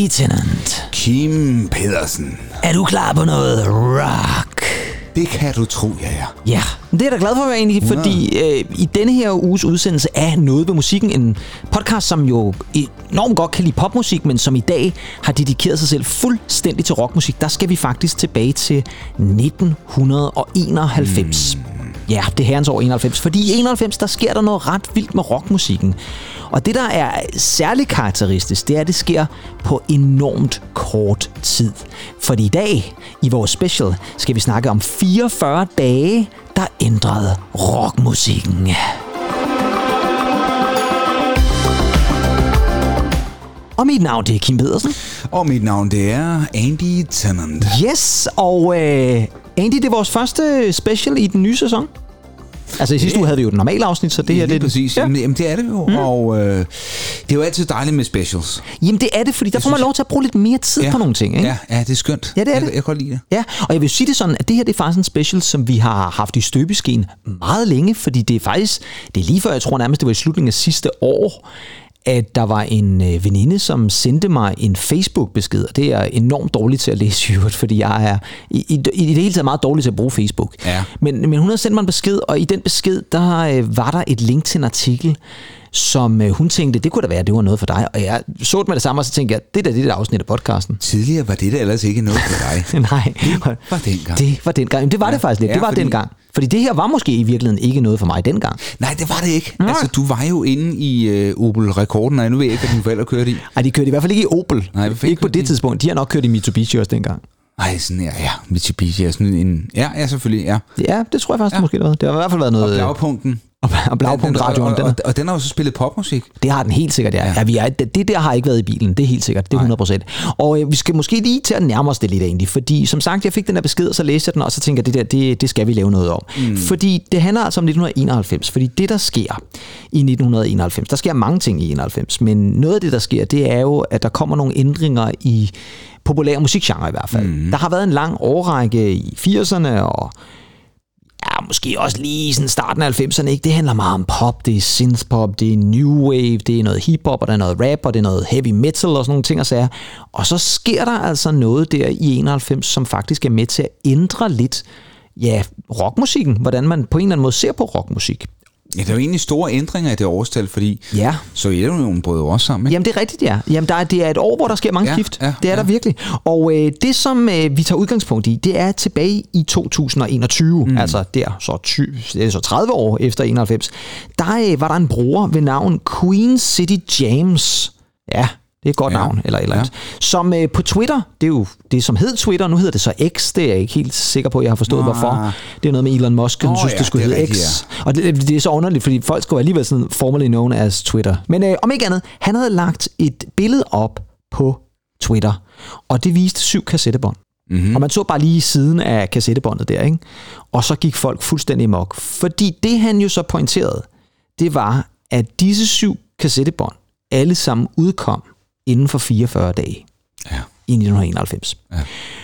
Andy Tennant. Kim Pedersen. Er du klar på noget rock? Det kan du tro, jeg er. Ja, det er jeg da glad for egentlig, fordi i denne her uges udsendelse af Noget ved musikken, en podcast, som jo enormt godt kan lide popmusik, men som i dag har dedikeret sig selv fuldstændig til rockmusik, der skal vi faktisk tilbage til 1991. Ja, det er herrens år 91, fordi i 91, der sker der noget ret vildt med rockmusikken. Og det, der er særligt karakteristisk, det er, at det sker på enormt kort tid. Fordi i dag, i vores special, skal vi snakke om 44 dage, der ændrede rockmusikken. Og mit navn, det er Kim Pedersen. Og mit navn, det er Andy Tennant. Yes, og Andy, det er vores første special i den nye sæson. Altså i sidste uge havde vi jo et normalt afsnit, så det her... Det er præcis. Ja. Jamen det er det jo, og det er jo altid dejligt med specials. Jamen det er det, fordi der får man lov til at bruge lidt mere tid på nogle ting, ikke? Ja, det er skønt. Ja, det er det. Jeg kan godt lide det. Ja, og jeg vil sige det sådan, at det her det er faktisk en special, som vi har haft i støbeskeen meget længe, fordi det er faktisk... Det er lige før, jeg tror nærmest, det var i slutningen af sidste år, at der var en veninde, som sendte mig en Facebook-besked, og det er enormt dårligt til at læse, fordi jeg er i det hele taget meget dårlig til at bruge Facebook. Ja. Men hun havde sendt mig en besked, og i den besked, der var der et link til en artikel, som hun tænkte, det kunne da være, det var noget for dig. Og jeg så det med det samme, og så tænkte jeg, det der afsnit af podcasten. Tidligere var det da ellers ikke noget for dig. Nej. Det var dengang. Det var dengang. Jamen, det var det faktisk lidt. Det var dengang. Fordi det her var måske i virkeligheden ikke noget for mig dengang. Nej, det var det ikke. Nej. Altså, du var jo inde i Opel-rekorden, og nu ved jeg ikke, hvad dine forældre kørte i. Nej, de kørte i hvert fald ikke i Opel. Nej, ikke på det tidspunkt. De har nok kørt i Mitsubishi også dengang. Nej, sådan ja, Mitsubishi er sådan en... Ja, selvfølgelig, ja. Ja, det tror jeg faktisk, det måske har været. Det har i hvert fald været noget... Og Blavpunkten. Og Blavpunkt-radioen. Og den har jo så spillet popmusik. Det har den helt sikkert, ja. Det der har ikke været i bilen, det er helt sikkert, det er 100%. Og vi skal måske lige til at nærme os det lidt egentlig, fordi som sagt, jeg fik den der besked, og så læste jeg den, og så tænker jeg, det skal vi lave noget om. Fordi det handler altså om 1991, fordi det, der sker i 1991, der sker mange ting i 91, men noget af det, der sker, det er jo, at der kommer nogle ændringer i populære musikgenre i hvert fald. Der har været en lang årrække i 80'erne, og måske også lige sådan starten af 90'erne, ikke? Det handler meget om pop, det er synthpop, det er new wave, det er noget hiphop, og der er noget rap, og det er noget heavy metal og sådan nogle ting og sager. Og så sker der altså noget der i 91, som faktisk er med til at ændre lidt, rockmusikken, hvordan man på en eller anden måde ser på rockmusik. Ja, der er jo egentlig store ændringer i det årstal, fordi Sovjetunionen brød jo også sammen, ikke? Jamen, det er rigtigt, ja. Jamen, det er et år, hvor der sker mange skift. Det er der virkelig. Og det, som vi tager udgangspunkt i, det er tilbage i 2021, altså det er så 30 år efter 91, der var der en bruger ved navn Queen City James. Ja, det er et godt navn, eller andet. Som på Twitter, det er jo det, som hed Twitter, nu hedder det så X, det er jeg ikke helt sikker på, jeg har forstået, hvorfor. Det er noget med Elon Musk, han synes, det skulle hedde X. Og det er så underligt, fordi folk skulle alligevel sådan formerly known as Twitter. Men om ikke andet, han havde lagt et billede op på Twitter, og det viste 7 kassettebånd. Og man så bare lige siden af kassettebåndet der, ikke? Og så gik folk fuldstændig amok. Fordi det, han jo så pointerede, det var, at disse 7 kassettebånd alle sammen udkom inden for 44 dage i 1991. Ja.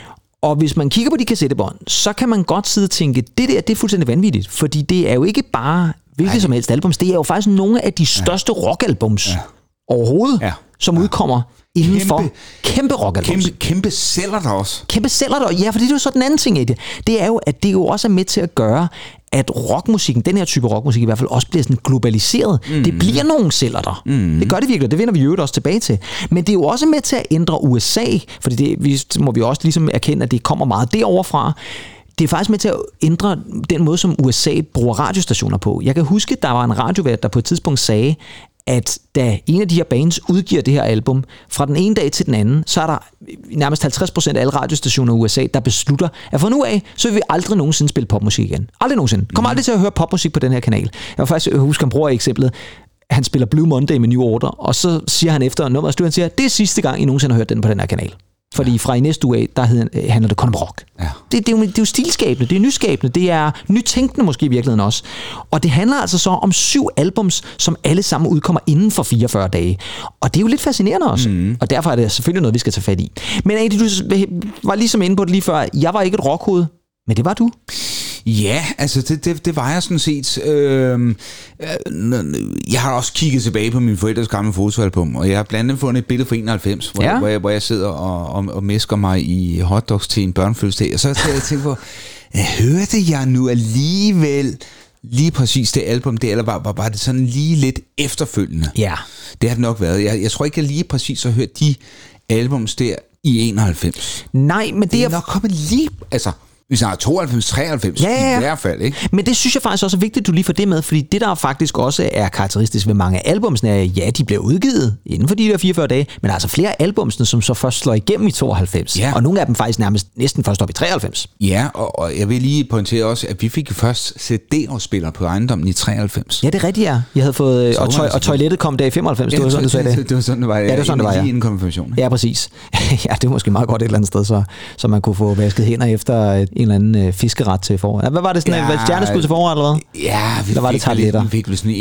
Og hvis man kigger på de kassettebånd, så kan man godt sidde og tænke, det er fuldstændig vanvittigt, fordi det er jo ikke bare hvilket som helst albums, det er jo faktisk nogle af de største rockalbums overhovedet, som udkommer inden for kæmpe rockalbums. Kæmpe sælger der også. Kæmpe sælger der, ja, for det er jo så den anden ting i det. Det er jo, at det jo også er med til at gøre, at rockmusikken, den her type rockmusik i hvert fald, også bliver sådan globaliseret. Det bliver nogle sælger der. Det gør det virkelig, det vender vi jo også tilbage til. Men det er jo også med til at ændre USA, for det må vi også ligesom erkende, at det kommer meget derovre fra. Det er faktisk med til at ændre den måde, som USA bruger radiostationer på. Jeg kan huske, at der var en radiovært, der på et tidspunkt sagde, at da en af de her bands udgiver det her album, fra den ene dag til den anden, så er der nærmest 50% af alle radiostationer i USA, der beslutter, at fra nu af, så vil vi aldrig nogensinde spille popmusik igen. Aldrig nogensinde. Kommer aldrig til at høre popmusik på den her kanal. Jeg husker, han bruger eksemplet, han spiller Blue Monday med New Order, og så siger han efter nummeret, han siger, det er sidste gang, I nogensinde har hørt den på den her kanal. Fordi fra i næste uge af, der handler det kun om rock. Ja. Det er jo stilskabende, det er nyskabende, det er nytænkende måske i virkeligheden også. Og det handler altså så om 7 albums, som alle sammen udkommer inden for 44 dage. Og det er jo lidt fascinerende også. Og derfor er det selvfølgelig noget, vi skal tage fat i. Men Andy, du var ligesom inde på det lige før. Jeg var ikke et rockhoved, men det var du. Ja, altså det var jeg sådan set. Jeg har også kigget tilbage på min forældres gamle fotoalbum, og jeg har blandt andet fundet et billede fra 91, hvor jeg sidder og mæsker mig i hotdogs til en børnefødselsdag, og så tænkte jeg på, hørte jeg nu alligevel lige præcis det album der, eller var det sådan lige lidt efterfølgende? Ja. Det har det nok været. Jeg tror ikke, jeg lige præcis har hørt de albums der i 91. Nej, men det er nok kommet lige... Altså, vi snakker 92, 93 i hvert fald, ikke? Men det synes jeg faktisk også er vigtigt, at du lige får det med, fordi det der faktisk også er karakteristisk ved mange af albumsene er, ja, de bliver udgivet inden for de der 44 dage, men altså flere af albumsene, som så først slår igennem i 92, og nogle af dem faktisk næsten først op i 93. Ja, og jeg vil lige pointere også, at vi fik jo først CD-afspiller på ejendommen i 93. Ja, det er rigtigt, ja. Jeg havde fået, og toilettet kom der i 95, det var sådan, du sagde det. Det var sådan, det var. Ja, det var sådan, det var, ja. Lige inden konfirmationen. Ja, præcis. Ja, det var måske meget godt et eller andet sted, så man kunne få vasket hænder efter en eller anden fiskeret til forret. Hvad var det sådan? Ja, stjerneskud til forret, eller hvad? Ja, vi fik sådan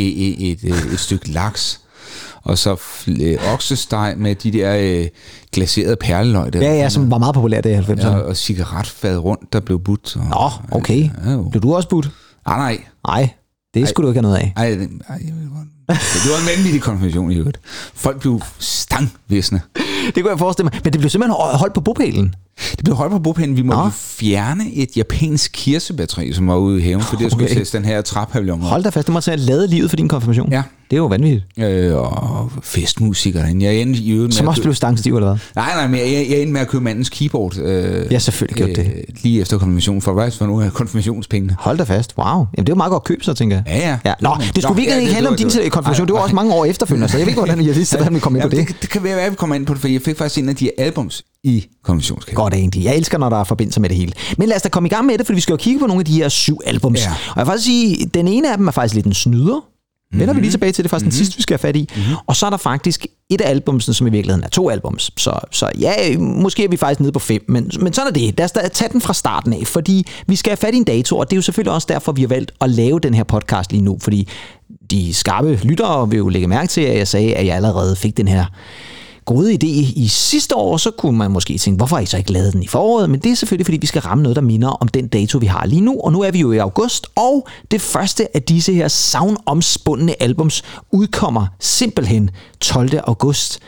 et stykke laks, og så oksesteg med de der glaserede perleløg. Ja, som var meget populært i 90'erne. Ja, og cigaretfad rundt, der blev budt. Nå, okay. Blev du også budt? Nej, det skulle du ikke have noget af. Nej, det var en vanvittig konfirmation i øvrigt. Folk blev stangvisne. Det kunne jeg forestille mig. Men det blev simpelthen holdt på bopælen. Det blev holdt på bopælen. Vi måtte fjerne et japansk kirsebærtræ, som var ude i haven, fordi jeg skulle sætte den her træpavillon. Hold da fast, du måtte lade livet for din konfirmation. Ja. Det er jo vanvittigt. Og festmusikere derinde. Jeg endte i øvrigt som også blev stangstiv, eller hvad? Nej, men jeg endte med at købe mandens keyboard. Ja, selvfølgelig gjorde det. Lige efter konfirmationen, for faktisk for nogle af konfirmationspengene. Hold da fast. Wow. Jamen, det er jo meget godt køb, så tænker jeg. Ja. Nå, det skulle virkelig ikke handle om din konfirmation. Det var også mange år efterfølgende, så jeg ved ikke, hvordan jeg lige hvordan vi kommer ind på det. Det kan være, at vi kommer ind på det, for jeg fik faktisk en af de albums i konfirmationskæden. Godt egentlig. Jeg elsker, når der er forbindelse med det hele. Men lad os da komme i gang med det, for vi skal jo kigge på nogle af de her 7 albums. Ja. Og jeg vil faktisk sige, den ene af dem er faktisk lidt en snyder. Vender vi lige tilbage til det, faktisk den sidste, vi skal have fat i. Og så er der faktisk et af albumsen, som i virkeligheden er 2 albums. Så ja, måske er vi faktisk nede på 5, men sådan er det. Lad os da tage den fra starten af, fordi vi skal have fat i en dato, og det er jo selvfølgelig også derfor, vi har valgt at lave den her podcast lige nu, fordi de skarpe lyttere vil jo lægge mærke til, at jeg sagde, at jeg allerede fik den her gode idé i sidste år, så kunne man måske tænke, hvorfor har I så ikke lavet den i foråret? Men det er selvfølgelig, fordi vi skal ramme noget, der minder om den dato, vi har lige nu. Og nu er vi jo i august, og det første af disse her savnomspundne albums udkommer simpelthen 12. august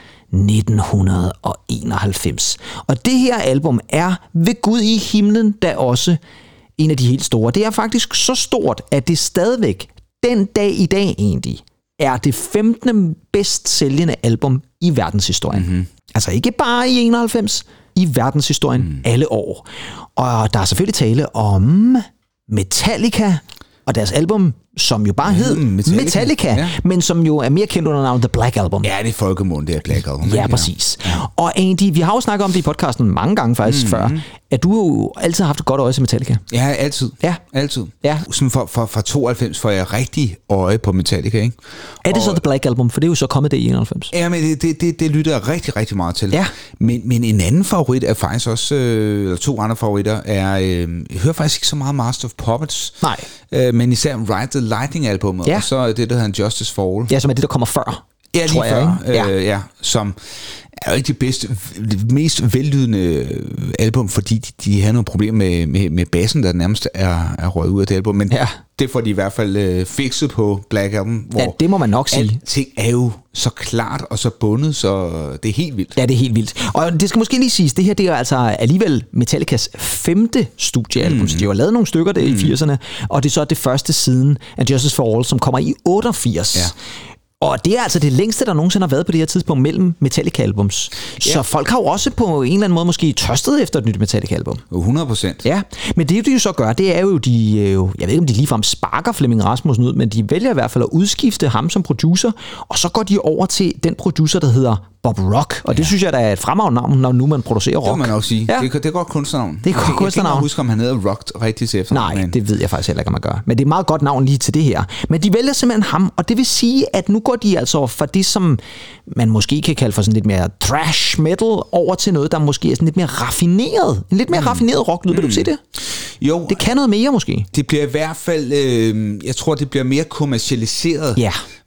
1991. Og det her album er ved Gud i himlen da også en af de helt store. Det er faktisk så stort, at det stadigvæk den dag i dag egentlig er det 15. bedst sælgende album i verdenshistorien. Mm-hmm. Altså ikke bare i 91, i verdenshistorien alle år. Og der er selvfølgelig tale om Metallica og deres album, som jo bare hed Metallica, men som jo er mere kendt under navnet The Black Album. Ja, det er folkemunde, det er Black Album. Ja, præcis. Ja. Og Andy, vi har jo snakket om det i podcasten mange gange faktisk før, at du jo altid har haft et godt øje til Metallica. Ja, altid. Altid. Ja. Sådan fra 92 får jeg rigtig øje på Metallica, ikke? Er det så The Black Album? For det er jo så kommet det i 91. Ja, men det lytter jeg rigtig, rigtig meget til. Ja. Men en anden favorit er faktisk også, eller 2 andre favoritter, er, jeg hører faktisk ikke så meget Master of Puppets. Nej. Men især Ride the Lightning-albummet, og så det, der hedder Justice for All. Ja, som er det, der kommer før. Ja, lige før. Som er jo ikke det mest vellydende album, fordi de havde nogle problemer med bassen, der nærmest er røget ud af det album. Men det får de i hvert fald fikset på Black Album, hvor det må man nok sige. Alting er jo så klart og så bundet, så det er helt vildt. Ja, det er helt vildt. Og det skal måske lige siges, det her det er altså alligevel Metallicas 5. studiealbum. Så de har lavet nogle stykker der i 80'erne, og det er så det første siden af Justice for All, som kommer i 88. Ja. Og det er altså det længste, der nogensinde har været på det her tidspunkt mellem Metallica-albums. Ja. Så folk har jo også på en eller anden måde måske tørstet efter et nyt Metallica-album. 100%. Ja, men det de jo så gør, det er jo, jeg ved ikke om de ligefrem sparker Flemming Rasmussen ud, men de vælger i hvert fald at udskifte ham som producer, og så går de over til den producer, der hedder Bob Rock. Og det synes jeg, der er et fremragende navn, når nu man producerer rock. Det må man også sige. Ja. Det er godt kunstnavn. Det er godt kunstnavn. Jeg kan ikke huske, om han hedder Rock rigtig til efter. Nej, det ved jeg faktisk heller ikke, om man gør. Men det er et meget godt navn lige til det her. Men de vælger simpelthen ham, og det vil sige, at nu går de altså fra det, som man måske kan kalde for sådan lidt mere thrash metal, over til noget, der måske er sådan lidt mere raffineret. En lidt mere raffineret rocklyd. Vil du se det? Jo. Det kan noget mere måske. Det bliver i hvert fald, jeg tror, det bliver mere kommercialiseret. Ja.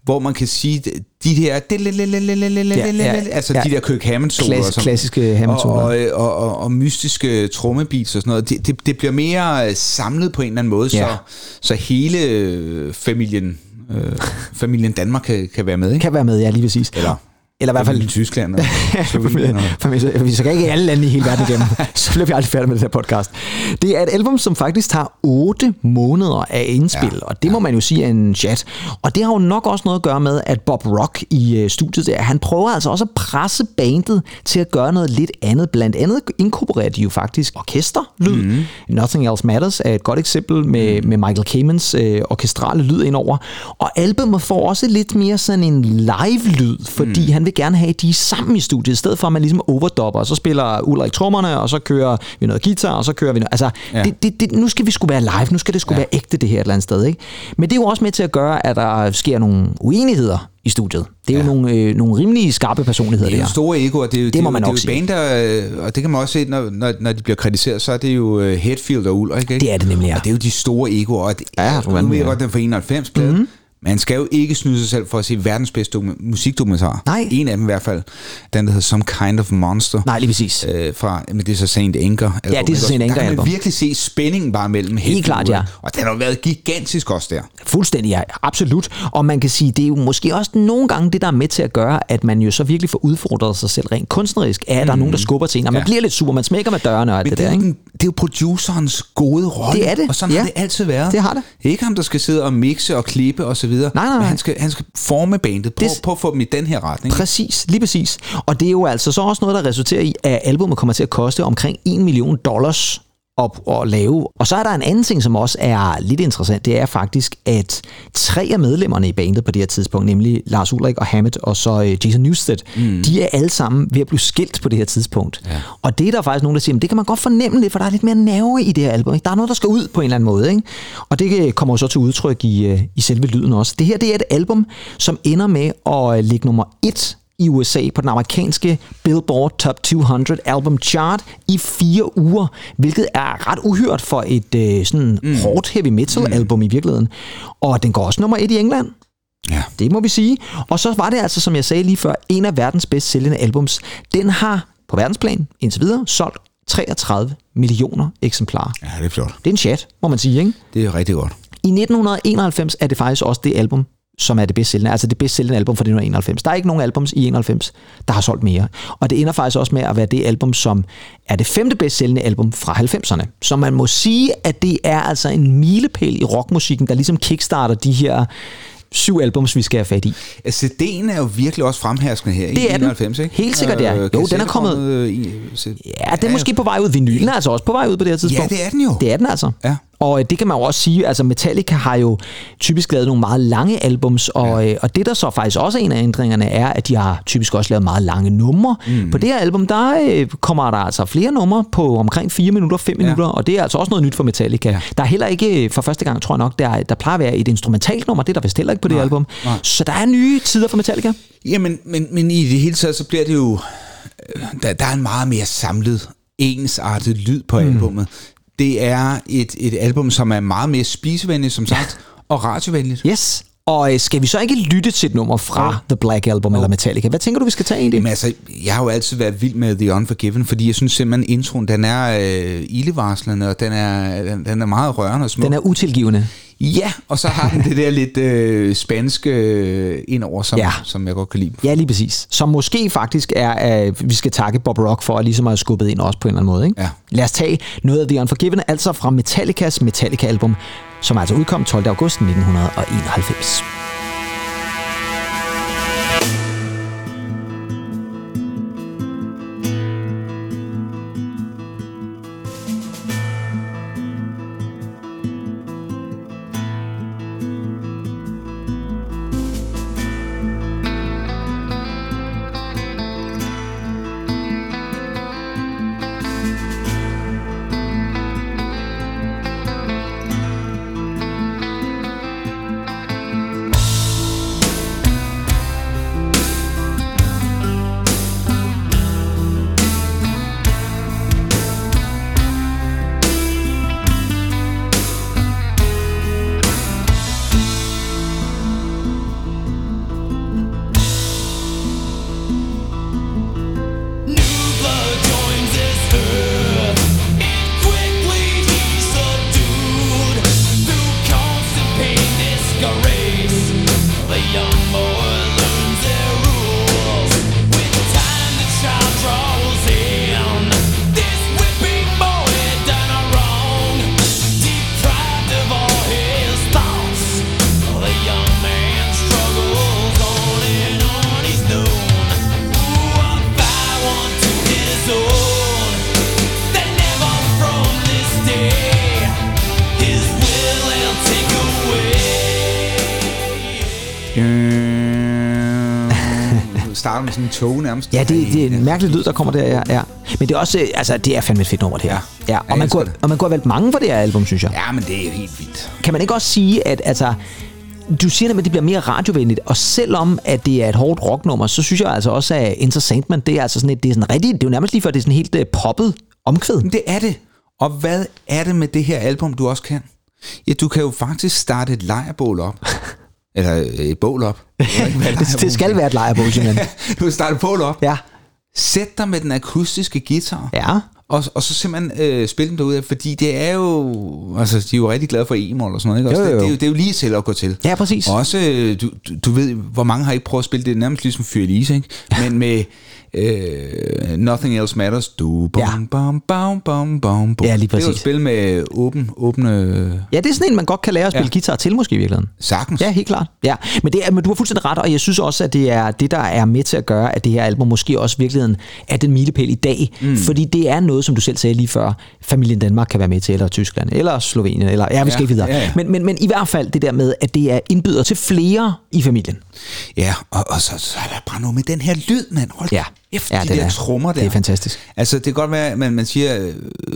hvor man kan sige, de der, altså de der Kirk Hammond-soloer, klassiske Hammond-soloer, og mystiske trommebeats og sådan noget, det bliver mere samlet på en eller anden måde, så hele familien Danmark kan være med, ikke? Kan være med, ja, lige præcis. Eller i hvert fald i Tyskland. Vi skal ikke alle lande i hele verden igennem, så bliver vi aldrig færdige med det her podcast. Det er et album, som faktisk tager 8 måneder af indspil, og det må man jo sige er en chat. Og det har jo nok også noget at gøre med, at Bob Rock i studiet der, han prøver altså også at presse bandet til at gøre noget lidt andet. Blandt andet inkorporerer de jo faktisk orkesterlyd. Nothing Else Matters er et godt eksempel med Michael Kamens orkestrale lyd indover. Og albumet får også lidt mere sådan en live-lyd, fordi han vil gerne have, at de er sammen i studiet, i stedet for at man ligesom overdubber, og så spiller Ulrik trommerne, og så kører vi noget guitar, og så kører vi noget. Altså, nu skal vi sgu være live, nu skal det sgu være ægte, det her et eller andet sted, ikke? Men det er jo også med til at gøre, at der sker nogle uenigheder i studiet. Det er jo nogle rimelig skarpe personligheder, det er jo store egoer, det må man nok sige. Band, og det kan man også se, når de bliver kritiseret, så er det jo Hetfield og Ulrik, ikke? Det er det nemlig, ja. Og det er jo de store egoer, og nu ved jeg godt, den for 91-plade, man skal jo ikke snyde sig selv for at se verdens bedste musikdokumentar. Nej. En af dem i hvert fald. Den, der hedder Some Kind of Monster. Nej, lige præcis. Men det er så Saint Anger. Ja, det er så Saint Anger. Der kan man virkelig se spændingen bare mellem helt klart, ja. Og den har jo været gigantisk også der. Fuldstændig, ja. Absolut. Og man kan sige, det er jo måske også nogle gange det, der er med til at gøre, at man jo så virkelig får udfordret sig selv rent kunstnerisk, at der er nogen, der skubber til en, og man bliver lidt super, man smækker med dørene og alt det der, ikke? Det er jo producerens gode rolle. Det er det. Og sådan har det altid været. Det har det. Ikke ham, der skal sidde og mixe og klippe og så videre. Nej. Men han skal forme bandet. Prøv at få dem i den her retning. Præcis, lige præcis. Og det er jo altså så også noget, der resulterer i, at albumet kommer til at koste omkring $1 million at lave. Og så er der en anden ting, som også er lidt interessant. Det er faktisk, at 3 af medlemmerne i bandet på det her tidspunkt, nemlig Lars Ulrik og Hammett og så Jason Newsted, de er alle sammen ved at blive skilt på det her tidspunkt. Ja. Og det er der faktisk nogen, der siger, det kan man godt fornemme lidt, for der er lidt mere nerve i det her album. Ikke? Der er noget, der skal ud på en eller anden måde. Ikke? Og det kommer jo så til udtryk i selve lyden også. Det her, det er et album, som ender med at ligge nummer 1 i USA på den amerikanske Billboard Top 200 Album Chart i 4 uger, hvilket er ret uhørt for et sådan hårdt heavy metal album i virkeligheden. Og den går også nummer 1 i England. Ja. Det må vi sige. Og så var det altså, som jeg sagde lige før, en af verdens bedst sælgende albums. Den har på verdensplan indtil videre solgt 33 millioner eksemplarer. Ja, det er flot. Det er en chat, må man sige, ikke? Det er rigtig godt. I 1991 er det faktisk også det album, som er det bedst sælgende, altså det bedst sælgende album fra 1991. Der er ikke nogen albums i 91, der har solgt mere. Og det ender faktisk også med at være det album, som er det 5. bedst sælgende album fra 90'erne. Så man må sige, at det er altså en milepæl i rockmusikken, der ligesom kickstarter de her 7 albums, vi skal have fat i. CD'en er jo virkelig også fremherskende her i 91, ikke? Helt sikkert, ja. Jo, den er kommet... Ja, den er måske på vej ud. Vinylen er altså også på vej ud på det her tidspunkt. Ja, det er den jo. Det er den altså. Ja. Og det kan man jo også sige, altså Metallica har jo typisk lavet nogle meget lange albums, og det der så faktisk også er en af ændringerne er, at de har typisk også lavet meget lange numre. På det her album, der kommer der altså flere numre på omkring 4 minutter, 5 minutter, og det er altså også noget nyt for Metallica. Ja. Der er heller ikke, for første gang tror jeg nok, der plejer at være et instrumentalt nummer, det er der vist heller ikke på det album. Nej. Så der er nye tider for Metallica. Jamen, men i det hele taget, så bliver det jo, der er en meget mere samlet, ensartet lyd på albummet. Det er et album, som er meget mere spisevenligt, som sagt, og radiovenligt. Yes. Og skal vi så ikke lytte til et nummer fra The Black Album eller Metallica? Hvad tænker du, vi skal tage egentlig? Jamen altså, jeg har jo altid været vild med The Unforgiven, fordi jeg synes simpelthen, introen, den er ildevarslende, og den er meget rørende og smuk. Den er utilgivende. Ja, og så har den det der lidt spanske indover, som jeg godt kan lide. Ja, lige præcis. Som måske faktisk er, at vi skal takke Bob Rock for at ligesom have skubbet ind også på en eller anden måde. Ikke? Ja. Lad os tage noget af The Unforgiven, altså fra Metallicas Metallica-album, som altså udkom 12. august 1991. starter med sådan en tog nærmest. Ja, det er en mærkelig lyd, der kommer der, ja. Men det er også, altså, det er fandme et fedt nummer, det her. Ja. Og man kunne have valgt mange for det her album, synes jeg. Ja, men det er helt vildt. Kan man ikke også sige, at altså, du siger nemlig, at det bliver mere radiovenligt, og selvom at det er et hårdt rocknummer, så synes jeg altså også, at Enter Sandman, det er altså sådan et, det er sådan rigtigt, det er jo nærmest lige før, det er sådan helt poppet omkvæd. Det er det. Og hvad er det med det her album, du også kan? Ja, du kan jo faktisk starte et lejrbål op. Eller et bål op. Det skal være et lejrbål, simpelthen. Du kan starte et bål op. Ja. Sæt dig med den akustiske guitar. Ja. Og så simpelthen spille den derude, fordi det er jo, altså de er jo rigtig glade for e-mol og sådan noget, ikke? Jo. Det er jo lige til at gå til. Ja, præcis. Også, du ved, hvor mange har ikke prøvet at spille det, nærmest ligesom Fyr Elise, ikke? Men med Nothing Else Matters. Du, bum, bum, bum, bum, bum. Ja, lige præcis. Det er jo et spil med åbne... Ja, det er sådan en, man godt kan lære at spille guitar til, måske i virkeligheden. Sagtens. Ja, helt klart. Ja. Men du har fuldstændig ret, og jeg synes også, at det er det, der er med til at gøre, at det her album måske også i virkeligheden er den milepæl i dag. Fordi det er noget, som du selv sagde lige før, familien Danmark kan være med til, eller Tyskland, eller Slovenien, eller ja, vi skal ikke videre. Ja. Men i hvert fald det der med, at det er indbyder til flere i familien. Ja, og så er der bare noget med den her lyd, mand. Hold efter de der trommer der. Det er fantastisk. Altså, det kan godt være, at man siger,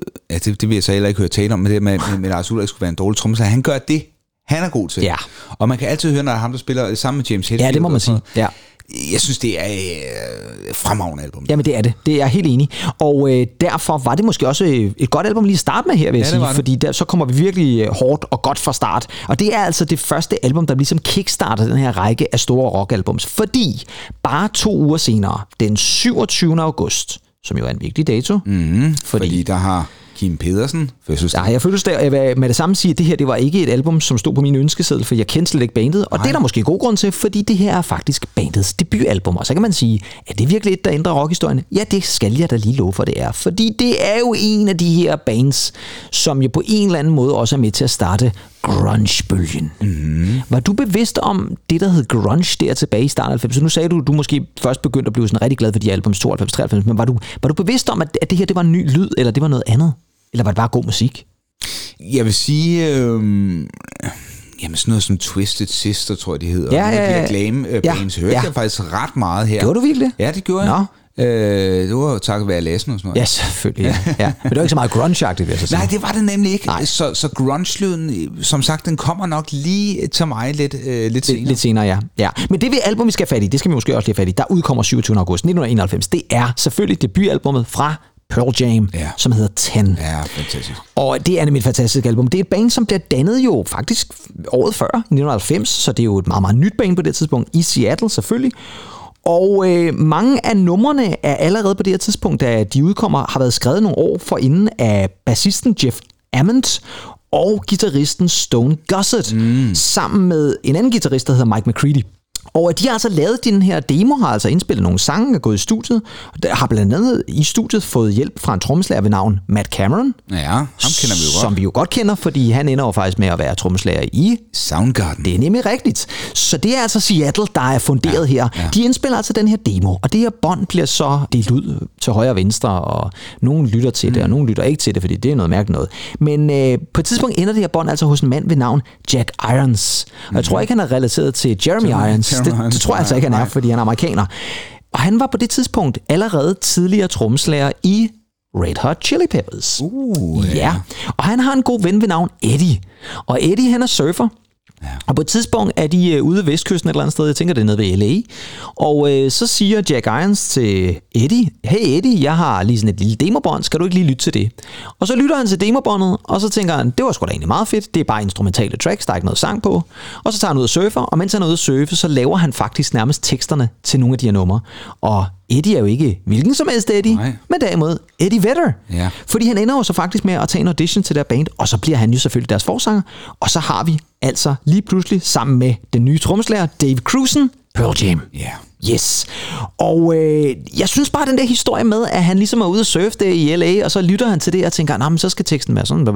det vil jeg så heller ikke høre tale om, men det med Lars Ulrik skulle være en dårlig trommeslager. Han gør det, han er god til. Ja. Og man kan altid høre, når ham, der spiller sammen med James Hetfield. Ja, det må man sige. Ja. Jeg synes, det er et fremragende album. Jamen, det er det. Det er jeg helt enig. Og derfor var det måske også et godt album lige at starte med her, vil jeg sige. Fordi så kommer vi virkelig hårdt og godt fra start. Og det er altså det første album, der ligesom kickstarter den her række af store rockalbums. Fordi bare 2 uger senere, den 27. august, som jo er en vigtig dato. Fordi der har Kim Pedersen fødselsdag. Ja, jeg fødselsdag, og jeg vil med det samme sige, at det her, det var ikke et album, som stod på min ønskeseddel, for jeg kendte slet ikke bandet, og det er der måske god grund til, fordi det her er faktisk bandets debutalbum, og så kan man sige, at det er virkelig et, der ændrer rockhistorien. Ja, det skal jeg da lige love for, det er, fordi det er jo en af de her bands, som jo på en eller anden måde også er med til at starte grunge-bølgen. Var du bevidst om det, der hed grunge der tilbage i starten af 90'erne? Nu sagde du måske først begyndte at blive sådan rigtig glad for de albums 92, 93, men var du bevidst om, at det her, det var en ny lyd, eller det var noget andet? Eller var det bare god musik? Jeg vil sige, jamen sådan noget som Twisted Sister, tror jeg, det hedder. Ja. De glam bands hørte jeg faktisk ret meget her. Gjorde du virkelig? Ja, det gjorde jeg. Det var jo takket være Lassen og sådan noget. Ja, selvfølgelig. Ja. Men det var ikke så meget grunge-agtigt, vil jeg så sige. Nej, det var det nemlig ikke. Så grunge-lyden, som sagt, den kommer nok lige til mig lidt senere. Lidt senere, ja. Men det album, vi skal have fat i, det skal vi måske også lige have fat i, der udkommer 27. august 1991. Det er selvfølgelig debutalbummet fra Pearl Jam, som hedder 10. Ja, fantastisk. Og det er nemlig et fantastisk album. Det er et band, som bliver dannet jo faktisk året før, 1990, så det er jo et meget, meget nyt band på det tidspunkt, i Seattle selvfølgelig. Og mange af numrene er allerede på det her tidspunkt, da de udkommer, har været skrevet nogle år forinden af bassisten Jeff Ament og guitaristen Stone Gossett, sammen med en anden guitarist, der hedder Mike McCready. Og de har altså lavet den her demo, har altså indspillet nogle sange, er gået i studiet, og har blandt andet i studiet fået hjælp fra en trommeslager ved navn Matt Cameron. Ja, ham kender vi jo godt. Som vi jo godt kender, fordi han ender jo faktisk med at være trommeslager i Soundgarden. Det er nemlig rigtigt. Så det er altså Seattle, der er funderet her. Ja. De indspiller altså den her demo, og det her bånd bliver så delt ud til højre og venstre, og nogen lytter til det, og nogen lytter ikke til det, fordi det er noget mærkeligt noget. Men på et tidspunkt ender det her bånd altså hos en mand ved navn Jack Irons. Og jeg tror ikke, han er relateret til Jeremy Irons. Det tror jeg altså ikke, han er, fordi han er amerikaner. Og han var på det tidspunkt allerede tidligere trommeslager i Red Hot Chili Peppers. Ja. Og han har en god ven ved navn Eddie. Og Eddie, han er surfer. Ja. Og på et tidspunkt er de ude ved vestkysten et eller andet sted, jeg tænker det er nede ved LA, og så siger Jack Irons til Eddie, hey Eddie, jeg har lige sådan et lille demobånd, skal du ikke lige lytte til det? Og så lytter han til demobåndet, og så tænker han, det var sgu da egentlig meget fedt, det er bare instrumentale tracks, der er ikke noget sang på, og så tager han ud og surfer, og mens han er ude at surfe, så laver han faktisk nærmest teksterne til nogle af de her numre, og Eddie er jo ikke hvilken som helst Eddie, men derimod Eddie Vedder. Ja. Fordi han ender jo så faktisk med at tage en audition til der band, og så bliver han jo selvfølgelig deres forsanger, og så har vi altså lige pludselig sammen med den nye trommeslager Dave Cruzen, Pearl Jam. Yeah. Yes. Og jeg synes bare, den der historie med, at han ligesom er ude at surfe der i LA, og så lytter han til det og tænker, nej, men så skal teksten være sådan.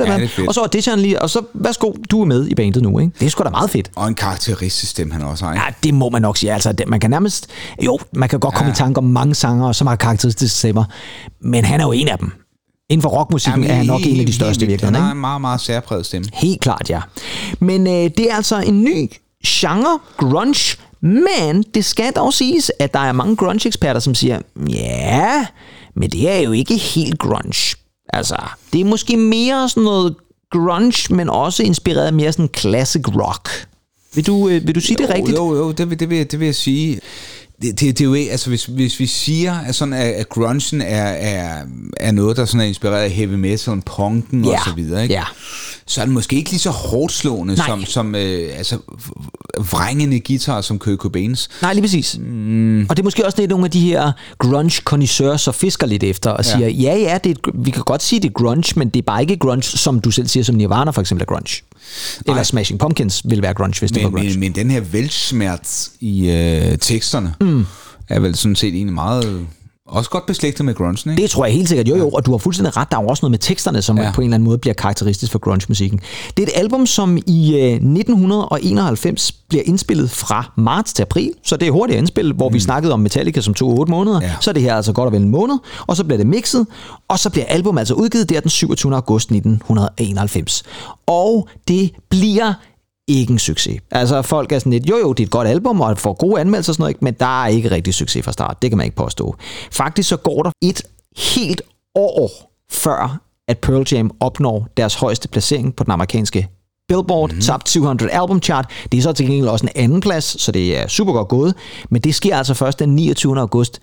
Og så auditioner han lige, og så værsgo, du er med i bandet nu, ikke? Det er sgu da meget fedt. Og en karakteristisk stemme han også har, ikke? Ja, det må man nok sige. Altså, man kan nærmest, man kan godt komme i tanke om mange sanger, og så meget karakteristiske stemmer, men han er jo en af dem. Inden for rockmusikken er han nok en af de største virkelig. Han har en meget, meget særpræget stemme. Helt klart, ja. Men det er altså en ny genre, grunge, Men det skal dog siges, at der er mange grunge-eksperter, som siger, ja, men det er jo ikke helt grunge. Altså, det er måske mere sådan noget grunge, men også inspireret mere sådan classic rock. Vil du sige det rigtigt? Jo, det vil jeg sige. Det er jo altså hvis vi siger at sådan at grungen er noget der sådan er inspireret af heavy metal, punken og så videre, ikke? Ja. Så er det måske ikke lige så hårdt slående som altså vrængende guitarer som Kurt Cobains. Nej, lige præcis. Og det er måske også det, nogle af de her grunge-connoisseurs så fisker lidt efter og siger, ja, vi kan godt sige, det er grunge, men det er bare ikke grunge, som du selv siger, som Nirvana for eksempel er grunge. Eller Smashing Pumpkins vil være grunge, hvis det var grunge. Men den her Weltschmerz i teksterne er vel sådan set egentlig meget... Også godt beslægtet med grunge, ikke? Det tror jeg helt sikkert. Jo, og du har fuldstændig ret. Der er også noget med teksterne, som på en eller anden måde bliver karakteristisk for grunge-musikken. Det er et album, som i 1991 bliver indspillet fra marts til april, så det er hurtigt indspillet, hvor vi snakkede om Metallica, som tog 8 måneder. Ja. Så er det her altså godt og vel en måned, og så bliver det mixet, og så bliver albumet altså udgivet der den 27. august 1991. Og det bliver ikke en succes. Altså folk er sådan lidt, jo, det er et godt album, og får gode anmeldelser og sådan noget, men der er ikke rigtig succes fra start. Det kan man ikke påstå. Faktisk så går der et helt år før, at Pearl Jam opnår deres højeste placering på den amerikanske Billboard Top 200 Album Chart. Det er så til gengæld også en anden plads, så det er super godt gået. Men det sker altså først den 29. august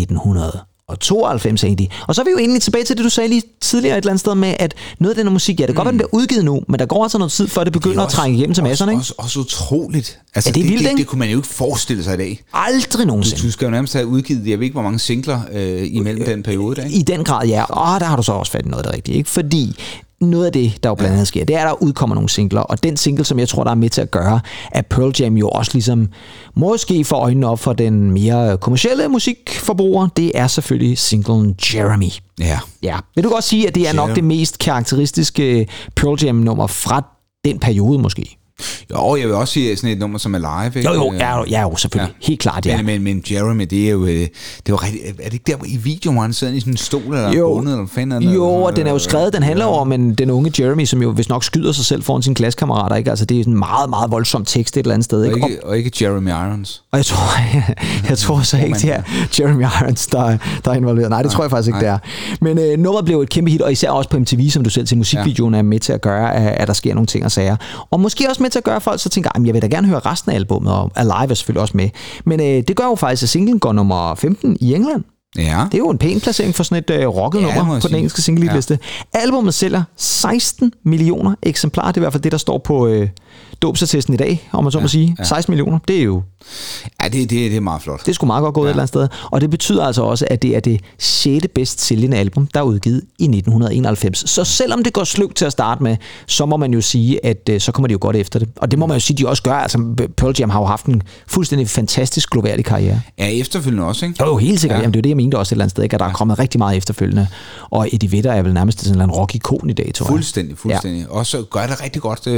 1992 egentlig. Og så er vi jo egentlig tilbage til det, du sagde lige tidligere et eller andet sted med, at noget af den her musik, det kan godt være, den bliver udgivet nu, men der går altså noget tid, før det begynder at trænge igennem til masserne, ikke? Også utroligt. Altså, det er vildt, ikke? Det kunne man jo ikke forestille sig i dag. Aldrig nogensinde. Du skal jo nærmest have udgivet, jeg ved ikke, hvor mange singler imellem den periode der, ikke? I den grad, ja. Og der har du så også fat i noget af det rigtige, ikke? Fordi noget af det, der jo blandt andet sker, det er, at der udkommer nogle singler, og den single, som jeg tror, der er med til at gøre, at Pearl Jam jo også ligesom måske får øjnene op for den mere kommercielle musikforbruger, det er selvfølgelig singlen Jeremy. Ja. Vil du godt sige, at det er nok det mest karakteristiske Pearl Jam-nummer fra den periode måske? Jo, jeg vil også sige sådan et nummer som Alive, ikke? Jo, selvfølgelig. Ja. Helt klart, ja. Men Jeremy, det er jo rigtig, er det ikke der i videoen, hvor han sidder i sådan en stol eller bundet eller fanden? Jo, og den er jo skrevet, den handler om den unge Jeremy, som jo vist nok skyder sig selv foran sine klassekammerater, ikke? Altså det er en meget, meget voldsom tekst et eller andet sted, ikke? Og ikke Jeremy Irons. Og jeg tror så ikke, det er Jeremy Irons, der er involveret. Nej, det tror jeg faktisk ikke, det er. Men nummeret blev et kæmpe hit, og især også på MTV, som du selv til musikvideoen er med til at gøre, at der sker nogle ting og sager. Og måske også med til at gøre, at folk så tænker, jeg vil da gerne høre resten af albumet, og Alive er selvfølgelig også med. Men det gør jo faktisk, at singlen går nummer 15 i England. Ja. Det er jo en pæn placering for sådan et rocket nummer på den engelske single-liste. Ja. Albumet sælger 16 millioner eksemplarer. Det er i hvert fald det, der står på dåbsattesten i dag, om man så må sige. 16 millioner, det er jo... Ja, det er meget flot. Det skulle meget godt gå et eller andet sted. Og det betyder altså også, at det er det 6. bedst sælgende album, der er udgivet i 1991. Så selvom det går sløvt til at starte med, så må man jo sige, at så kommer de jo godt efter det. Og det må man jo sige, de også gør. Altså Pearl Jam har jo haft en fuldstændig fantastisk gloværdig karriere. Ja, efterfølgende også, ikke? Jo, helt sikkert. Ja. Jamen, det er jo det, jeg mente også et eller andet sted, ikke? At der er kommet rigtig meget efterfølgende. Og Eddie Vedder er vel nærmest sådan en rock-ikon i dag, tror jeg. Fuldstændig. Ja. Også gør det rigtig godt...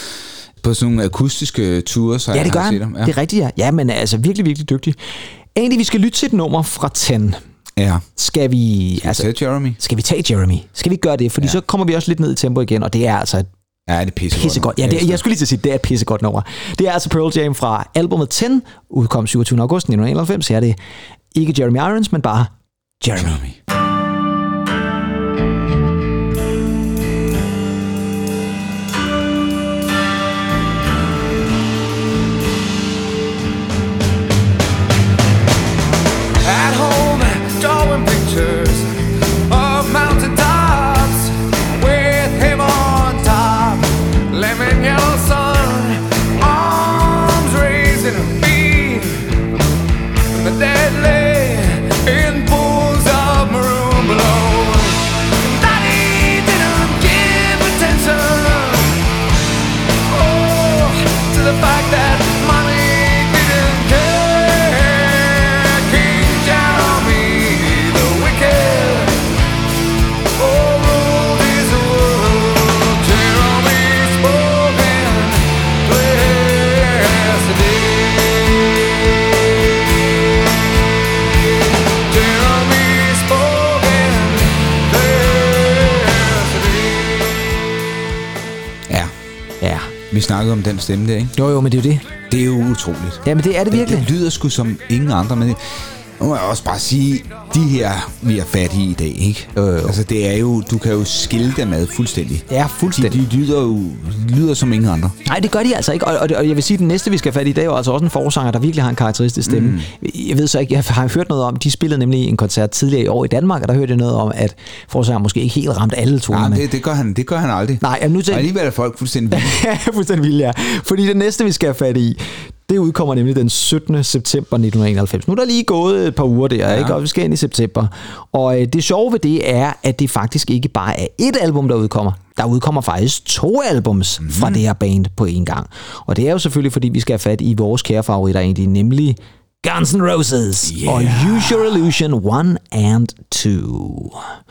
på sådan nogle akustiske tours. Ja, det gør han. Ja. Det er rigtigt, ja. Ja, men altså virkelig, virkelig dygtig. Egentlig, vi skal lytte til et nummer fra 10. Ja. Skal vi tage Jeremy? Skal vi tage Jeremy? Skal vi gøre det? Fordi så kommer vi også lidt ned i tempo igen, og det er altså det er pissegodt. Ja, jeg skulle lige til at sige, det er et pissegodt nummer. Det er altså Pearl Jam fra albumet 10, udkom 27. august 1991. Her er det ikke Jeremy Irons, men bare Jeremy. Vi snakkede om den stemme der, ikke? Jo, men det er jo det. Det er jo utroligt. Jamen, det er det virkelig. Det lyder sgu som ingen andre, men nu må jeg også bare sige, de her, vi er fat i dag, ikke? Altså, det er jo, du kan jo skille dem ad fuldstændig. Ja, fuldstændig. De lyder som ingen andre. Nej, det gør de altså ikke. Og jeg vil sige, at den næste, vi skal have fat i dag, er altså også en forsanger, der virkelig har en karakteristisk stemme. Jeg ved så ikke, jeg har hørt noget om, de spillede nemlig en koncert tidligere i år i Danmark, og der hørte jeg noget om, at forsanger måske ikke helt ramte alle tonerne. Nej, det gør han aldrig. Nej, nu og alligevel er folk fuldstændig vilde. Fuldstændig vilde, ja. Fordi det næste, vi skal have fat i, det udkommer nemlig den 17. september 1991. Nu er der lige gået et par uger der, ikke? Og vi skal ind i september. Og det sjove ved det er, at det faktisk ikke bare er ét album, der udkommer. Der udkommer faktisk 2 albums fra det her band på en gang. Og det er jo selvfølgelig, fordi vi skal have fat i vores kære favoritter egentlig, nemlig Guns N' Roses og Use Your Illusion 1 and 2.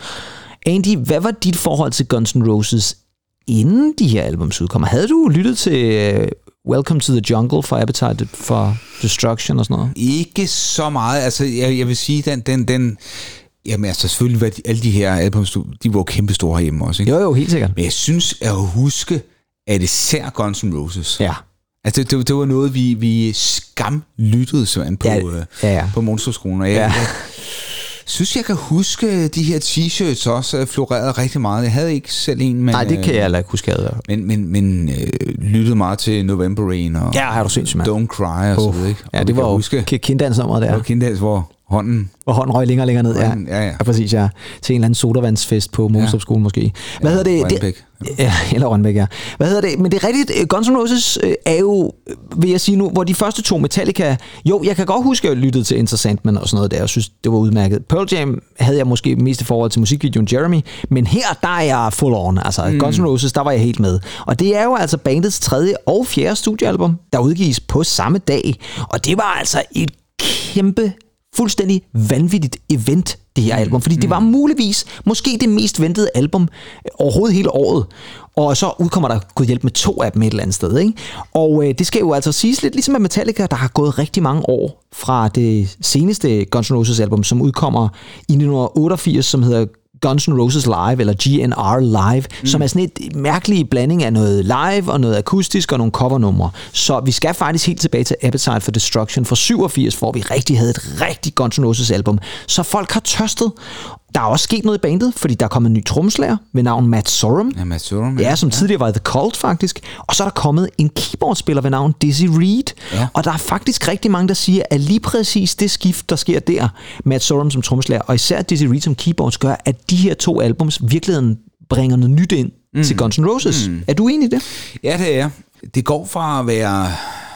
Andy, hvad var dit forhold til Guns N' Roses inden de her albums udkommer? Havde du lyttet til Welcome to the Jungle for Appetite for Destruction og sådan noget? Ikke så meget. Altså, jeg vil sige, den jamen altså, selvfølgelig var alle de her albums, de var kæmpe store hjemme også, ikke? Jo, helt sikkert. Men jeg synes at huske, at især Guns N' Roses. Ja. Altså, det var noget, vi skamlyttede sådan på, på Monsterskolen. Og jeg synes, jeg kan huske, de her t-shirts også florerede rigtig meget. Jeg havde ikke selv en, men... Nej, det kan jeg heller ikke huske. Men lyttede meget til November Rain og har du sindssygt, man. Don't Cry og så videre, ikke? Ja, det var jo kinddansnummeret der. Det var kinddans, hvor hånden røg længere og længere ned. Ja, præcis, ja. Til en eller anden sodavandsfest på Monsterskolen måske. Hvad hedder det? Rønbæk. Ja, eller Rønbæk, ja. Hvad hedder det? Men det er rigtigt. Guns N' Roses er jo, vil jeg sige nu, hvor de første 2 Metallica... Jo, jeg kan godt huske, at jeg lyttede til Enter Sandman og sådan noget der. Jeg synes, det var udmærket. Pearl Jam havde jeg måske mest i forhold til musikvideoen Jeremy. Men her, der er jeg full on. Altså, Guns N' Roses, der var jeg helt med. Og det er jo altså bandets 3. og 4. studiealbum, der udgives på samme dag. Og det var altså et kæmpe, fuldstændig vanvittigt event, det her album. Fordi det var muligvis måske det mest ventede album overhovedet hele året. Og så udkommer der Gud hjælp med 2 af dem et eller andet sted, ikke? Og det skal jo altså siges lidt ligesom med Metallica, der har gået rigtig mange år fra det seneste Guns N' Roses album, som udkommer i 1988, som hedder Guns N' Roses Live, eller GNR Live, som er sådan et mærkelig blanding af noget live og noget akustisk og nogle covernumre. Så vi skal faktisk helt tilbage til Appetite for Destruction fra 87, hvor vi rigtig havde et rigtig Guns N' Roses album. Så folk har tørstet. Der er også sket noget i bandet, fordi der er kommet en ny trommeslager ved navn Matt Sorum. Ja, Matt Sorum. Ja, som tidligere var The Cult faktisk. Og så er der kommet en keyboardspiller ved navn Dizzy Reed. Ja. Og der er faktisk rigtig mange, der siger, at lige præcis det skift, der sker der, Matt Sorum som trommeslager, og især Dizzy Reed som keyboards, gør, at de her 2 albums virkeligheden bringer noget nyt ind til Guns N' Roses. Er du enig i det? Ja, det er. Det går fra at være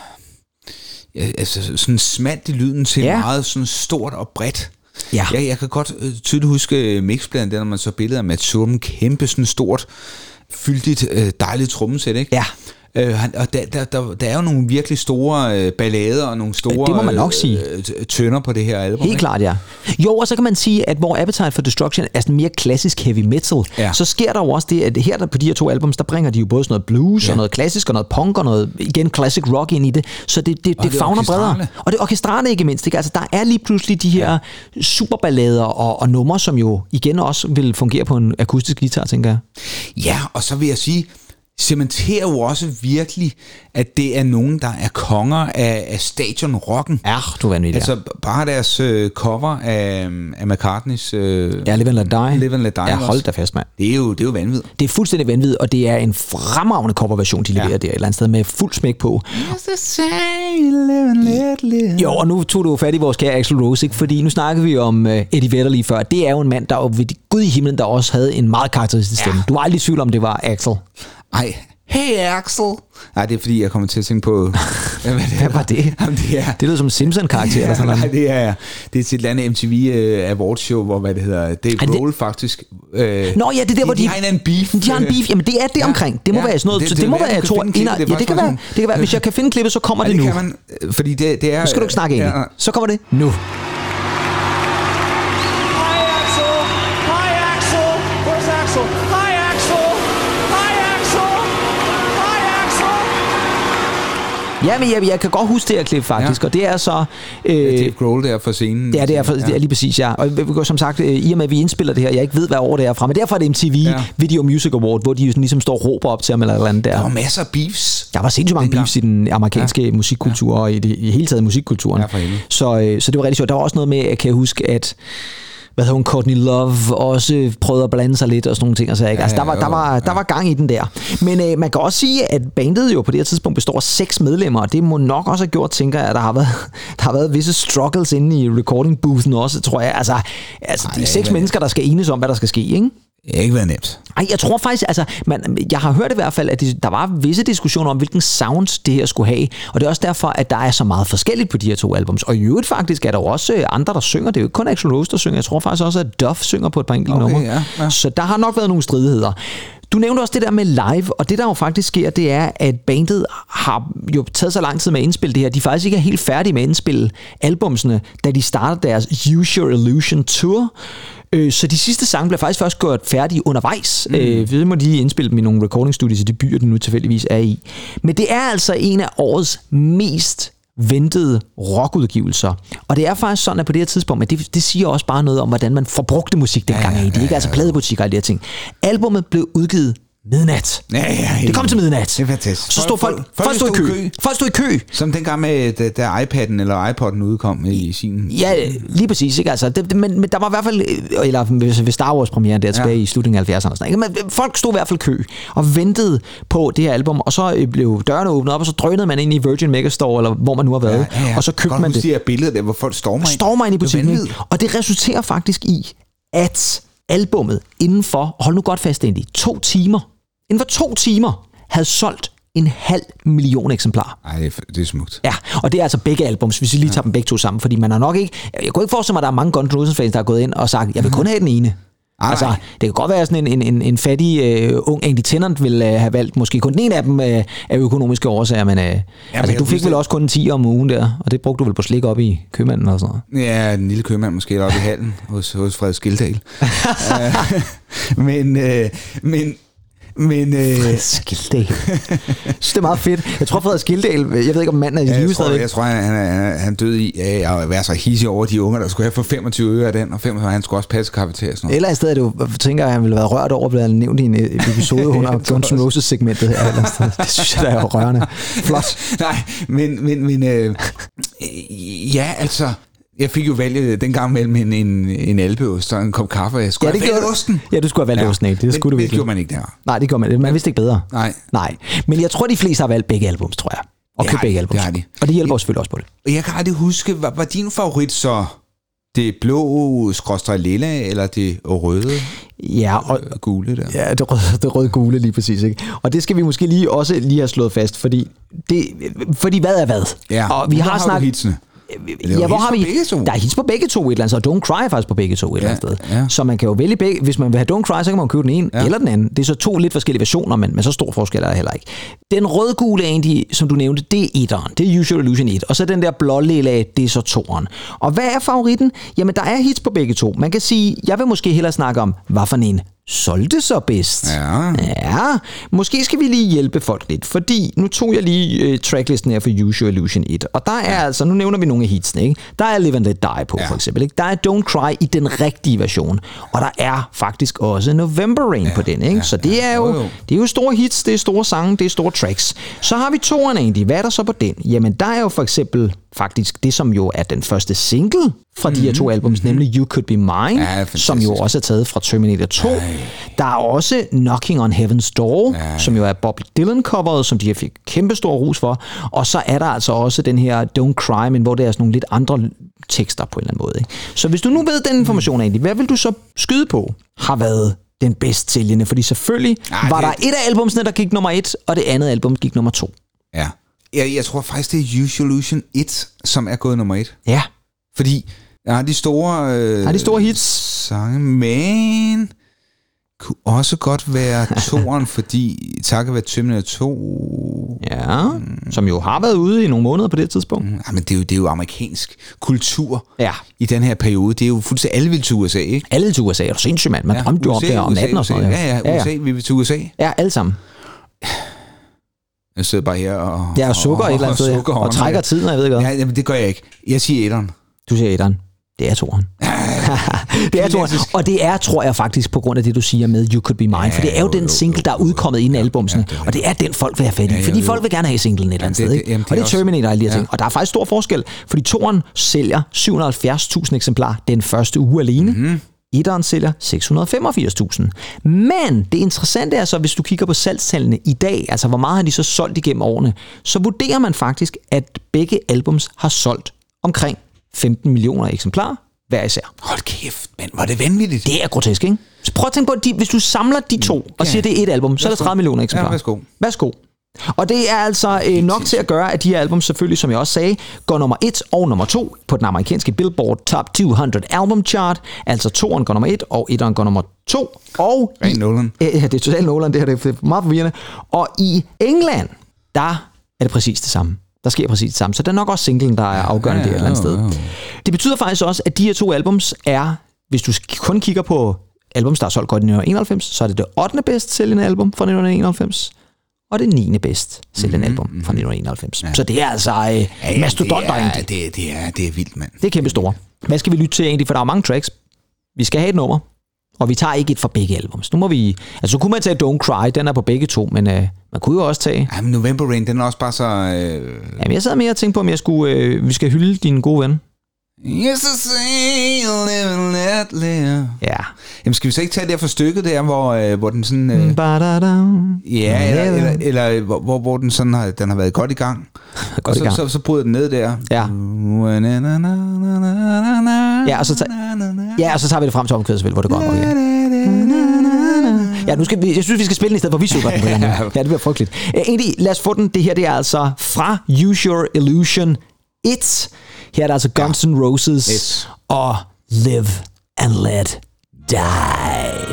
altså sådan smalt i lyden til meget sådan stort og bredt. Ja. Jeg kan godt tydeligt huske mixpladen, der når man så billeder af Matt Sorum, kæmpe sådan stort, fyldigt, dejligt trommesæt, ikke? Ja. Og der er jo nogle virkelig store ballader og nogle store det må man nok sige. tønder på det her album. Helt klart, ja. Jo, og så kan man sige, at hvor Appetite for Destruction er sådan mere klassisk heavy metal, så sker der jo også det, at her der på de her 2 albums, der bringer de jo både sådan noget blues og noget klassisk og noget punk og noget, igen, classic rock ind i det. Så det favner bredere. Og det orkestrale ikke mindst. Ikke? Altså, der er lige pludselig de her superballader og numre, som jo igen også vil fungere på en akustisk guitar, tænker jeg. Ja, og så vil jeg sige, cementerer jo også virkelig, at det er nogen, der er konger af stadionrocken. Ja, du er vanvittig. Altså bare deres cover af McCartneys... Live and Let Die. Live and Let Die. Ja, hold da fast, mand. Det er jo vanvittigt. Det er fuldstændig vanvittigt, og det er en fremragende coverversion, de leverer der et eller andet sted med fuld smæk på. Jo, og nu tog du fat i vores kære Axl Rose, ikke? Fordi nu snakkede vi om Eddie Vedder lige før. Det er jo en mand, der jo ved Gud i himlen, der også havde en meget karakteristisk stemme. Du var aldrig i tvivl om, det var Axl. Ej, hey Axl. Nej, det er fordi, jeg kommer til at tænke på... Hvad var det? Jamen, det lyder som en Simpson-karakter eller sådan noget. Nej, det er til et eller andet MTV Awards show, hvor, hvad det hedder, Dave Grohl faktisk... Nå ja, det er der, hvor de har en beef. De har en beef, jamen det er det omkring. Det må være sådan noget, så det må være, jeg tror... Det kan være, hvis jeg kan finde klippet, så kommer det nu. Det kan man, fordi det er... Nu skal du ikke snakke ind. Så kommer det nu. Ja, men jeg kan godt huske det her klip faktisk, og det er så... Dave Grohl der for scenen. Ja, det er lige præcis, ja. Og som sagt, i og med, at vi indspiller det her, jeg ikke ved, hvad år det er fra, men derfor er det MTV Video Music Award, hvor de jo ligesom står og råber op til ham eller andet der. Der var masser af beefs. Der var sindssygt mange beefs i den amerikanske musikkultur, og i hele taget musikkulturen. Så det var rigtig sjovt. Der var også noget med, kan jeg huske, at Courtney Love også prøvede at blande sig lidt og sådan nogle ting. Altså, der var gang i den der. Men man kan også sige, at bandet jo på det her tidspunkt består af 6 medlemmer, og det må nok også have gjort, tænker jeg, at der har været visse struggles inde i recording boothen også, tror jeg. Altså de 6 mennesker, der skal enes om, hvad der skal ske, ikke? Det har ikke været nemt. Ej, jeg tror faktisk, jeg har hørt i hvert fald, at der var visse diskussioner om, hvilken sound det her skulle have, og det er også derfor, at der er så meget forskelligt på de her 2 albums. Og i øvrigt faktisk er der også andre, der synger. Det er jo ikke kun Axl Rose, der synger. Jeg tror faktisk også, at Duff synger på et par enkelte numre. Ja. Så der har nok været nogle stridigheder. Du nævnte også det der med live, og det der jo faktisk sker, det er, at bandet har jo taget så lang tid med at indspille det her. De er faktisk ikke helt færdige med at indspille albumsene, da de startede deres Use Your Illusion Tour. Så de sidste sange blev faktisk først gjort færdige undervejs. Vi må lige indspille dem i nogle recording studios i de byer, de nu tilfældigvis er i. Men det er altså en af årets mest ventede rockudgivelser. Og det er faktisk sådan, at på det her tidspunkt, men det siger også bare noget om, hvordan man forbrugte musik dengang i. Det er ikke altså pladebutikker og de her ting. Albumet blev udgivet midnat. Det kom til midnat. Det er fantastisk. Så stod folk stod i kø. Folk stod i kø. Som dengang med, da iPad'en eller iPod'en udkom i sin... Ja, lige præcis. Ikke? Altså, men der var i hvert fald... Eller ved Star Wars-premieren der tilbage i slutningen af 70'erne. Men folk stod i hvert fald i kø og ventede på det her album, og så blev dørene åbnet op, og så drønede man ind i Virgin Megastore, eller hvor man nu har været, og så købte man det. De her billeder der, hvor folk stormer ind i butikken. Og det resulterer faktisk i, at albummet inden for, hold nu godt fast egentlig, 2 timer, inden for 2 timer, havde solgt 500.000 eksemplarer. Ej, det er smukt. Ja, og det er altså begge albums, hvis vi lige tager dem begge 2 sammen, fordi man har nok ikke, jeg kunne ikke forestille mig, at der er mange Guns N' Roses fans, der har gået ind og sagt, jeg vil kun have den ene. Altså, det kan godt være sådan en fattig ung Andy Tennant vil have valgt måske kun den ene af dem af økonomiske årsager, men du fik vel også kun en 10 om ugen der, og det brugte du vel på slik op i købmanden og sådan noget. Ja, den lille købmand måske oppe i hallen hos Fred Skildal. Men Fred Skildal. Det er meget fedt. Jeg tror Fred Skildal, jeg ved ikke om manden er i live stadigvæk. Jeg tror han døde i at være så hissig over de unger, der skulle have for 25 øre af den, og 25, han skulle også passe kafeteria. Eller i stedet, du tænker, at han ville være rørt over, at blive nævnt i en episode under Guns N' Roses segmentet her. Eller sted. Det synes jeg, der er rørende. Flot. Nej, men ja, altså... Jeg fik jo valget dengang mellem en alpeost og en kop kaffe. Jeg skulle have valgt osten. Ja, du skulle have valgt osten, ikke? Det skulle du virkelig. Det gjorde man ikke der. Nej, det gjorde man. Man vidste ikke bedre. Nej. Men jeg tror, de fleste har valgt begge albums, tror jeg. Og købt begge albums. Og det hjælper selvfølgelig også på det. Og jeg kan aldrig huske, var din favorit så det blå, lilla, eller det røde? Ja, og gule der. Ja, det røde gule lige præcis, ikke? Og det skal vi måske lige have slået fast, fordi hvad er hvad? Ja, og vi har snakket hitsene. Ja, hvor har vi? Der er hits på begge 2 et eller andet sted, og Don't Cry faktisk på begge 2 et eller andet sted. Ja. Så man kan jo vælge begge. Hvis man vil have Don't Cry, så kan man købe den ene eller den anden. Det er så 2 lidt forskellige versioner, men så stor forskel er der heller ikke. Den rødgule egentlig, som du nævnte, det er 1'eren. Det er Use Your Illusion 1. Og så den der blålilla, det er så 2'eren. Og hvad er favoritten? Jamen, der er hits på begge 2. Man kan sige, jeg vil måske hellere snakke om, hvad for en solgte så bedst. Ja, måske skal vi lige hjælpe folk lidt, fordi nu tog jeg lige tracklisten her for Use Your Illusion 1, og der er altså, nu nævner vi nogle af hitsene, ikke? Der er Live and Let Die på, for eksempel, ikke? Der er Don't Cry i den rigtige version, og der er faktisk også November Rain på den, ikke? Så det er jo store hits, det er store sange, det er store tracks. Så har vi 2'eren egentlig. Hvad er der så på den? Jamen, der er jo for eksempel faktisk det, som jo er den første single fra de her 2 albums, nemlig You Could Be Mine, som jo også er taget fra Terminator 2. Der er også Knocking on Heaven's Door, som jo er Bob Dylan-coveret, som de har fik kæmpestor ros for. Og så er der altså også den her Don't Cry, men hvor der er sådan nogle lidt andre tekster på en eller anden måde. Ikke? Så hvis du nu ved den information egentlig, hvad vil du så skyde på, har været den bedst sælgende? Fordi selvfølgelig var der et af albumsene, der gik nummer 1, og det andet album gik nummer 2. Ja. Jeg tror faktisk, det er Use Your Illusion 1, som er gået nummer 1. Ja. Fordi jeg har de store hits sange, men kunne også godt være 2'eren, fordi takket være Terminator 2. Ja, som jo har været ude i nogle måneder på det tidspunkt. Ja, men det er jo amerikansk kultur i den her periode. Det er jo fuldstændig alle vil til USA, ikke? Alle vil til USA, er du sindssygt, mand. Man drømte jo op der om natten og sådan noget. Ja, USA, vi vil til USA. Ja, alle sammen. Jeg sidder bare her og... Ja, og sukker et eller andet sted, og trækker tiden, jeg ved ikke hvad. Ja, men det gør jeg ikke. Jeg siger etteren. Du siger etteren. Det er toeren. Det er toeren. Og det er, tror jeg faktisk, på grund af det, du siger med You Could Be Mine. For det er jo den single, der er udkommet inden albumsene. Og det er den, folk vil have fat i. Fordi folk vil gerne have singlen et eller andet sted. Ikke? Og det er Terminator og alle de her ting. Og der er faktisk stor forskel. Fordi toeren sælger 770.000 eksemplarer den første uge alene. Mm-hmm. Etteren sælger 685.000. Men det interessante er så, hvis du kigger på salgstallene i dag, altså hvor meget har de så solgt igennem årene, så vurderer man faktisk, at begge albums har solgt omkring 15 millioner eksemplarer hver især. Hold kæft, men hvor er det vanvittigt. Det er grotesk, ikke? Så prøv at tænke på, at hvis du samler de to og siger, det er et album, så er det 30 millioner eksemplarer. Ja, værsgo. Og det er altså nok til at gøre, at de her album selvfølgelig, som jeg også sagde, går nummer 1 og nummer 2 på den amerikanske Billboard Top 200 Album Chart. Altså 2'eren går nummer 1, og 1'eren går nummer 2. Og Nolan. Ja, det er totalt Nolan, det her det er meget forvirrende. Og i England, der er det præcis det samme. Der sker præcis det samme. Så det er nok også singlen, der er afgørende det et eller andet sted. Det betyder faktisk også, at de her to albums er, hvis du kun kigger på albums, der er solgt godt i 1991, så er det 8. bedst sælgende album fra 1991. Og det 9. bedst sælgende album fra 1991. Ja. Så det er altså mastodonter egentlig. Det er vildt, mand. Det er kæmpe store. Hvad skal vi lytte til egentlig? For der er mange tracks. Vi skal have et nummer, og vi tager ikke et fra begge albums. Nu må vi... Altså, så kunne man tage Don't Cry, den er på begge to, men man kunne jo også tage... Ja, men November Rain, den er også bare så... Jamen, jeg sad mere og tænkte på, om jeg skulle... vi skal hylde din gode ven. Yes, I say, live and let live. Ja. Jamen, skal vi så ikke tage det her for stykket der, hvor den sådan... ja, eller hvor den sådan har, den har været godt i gang. Godt i gang. Så bryder den ned der. Ja. Ja, og så tager vi det frem til omkvædet, hvor det går. Okay. Ja, nu skal vi, jeg synes, vi skal spille den i stedet for, vi sukker den på den. Ja, det bliver frygteligt. Egentlig, lad os få den. Det her, det er altså fra Use Your Illusion 1. Her er der altså Guns N' Roses og Live and Let Die.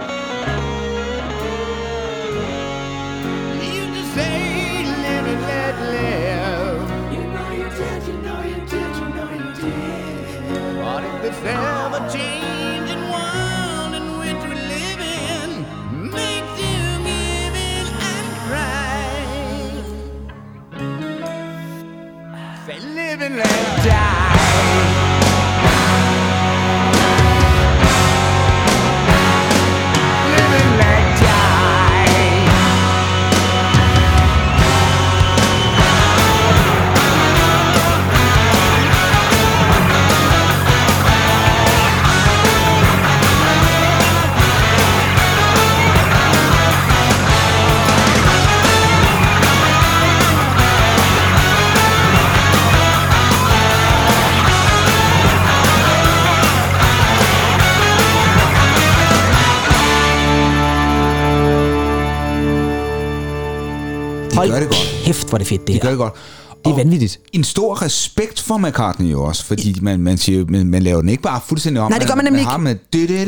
Live and let die. De gør det godt. Kæft, hvor det fedt, det her. De gør det godt. Det er vanvittigt. En stor respekt for McCartney jo også, fordi man siger, man laver den ikke bare fuldstændig om. Nej, det gør man nemlig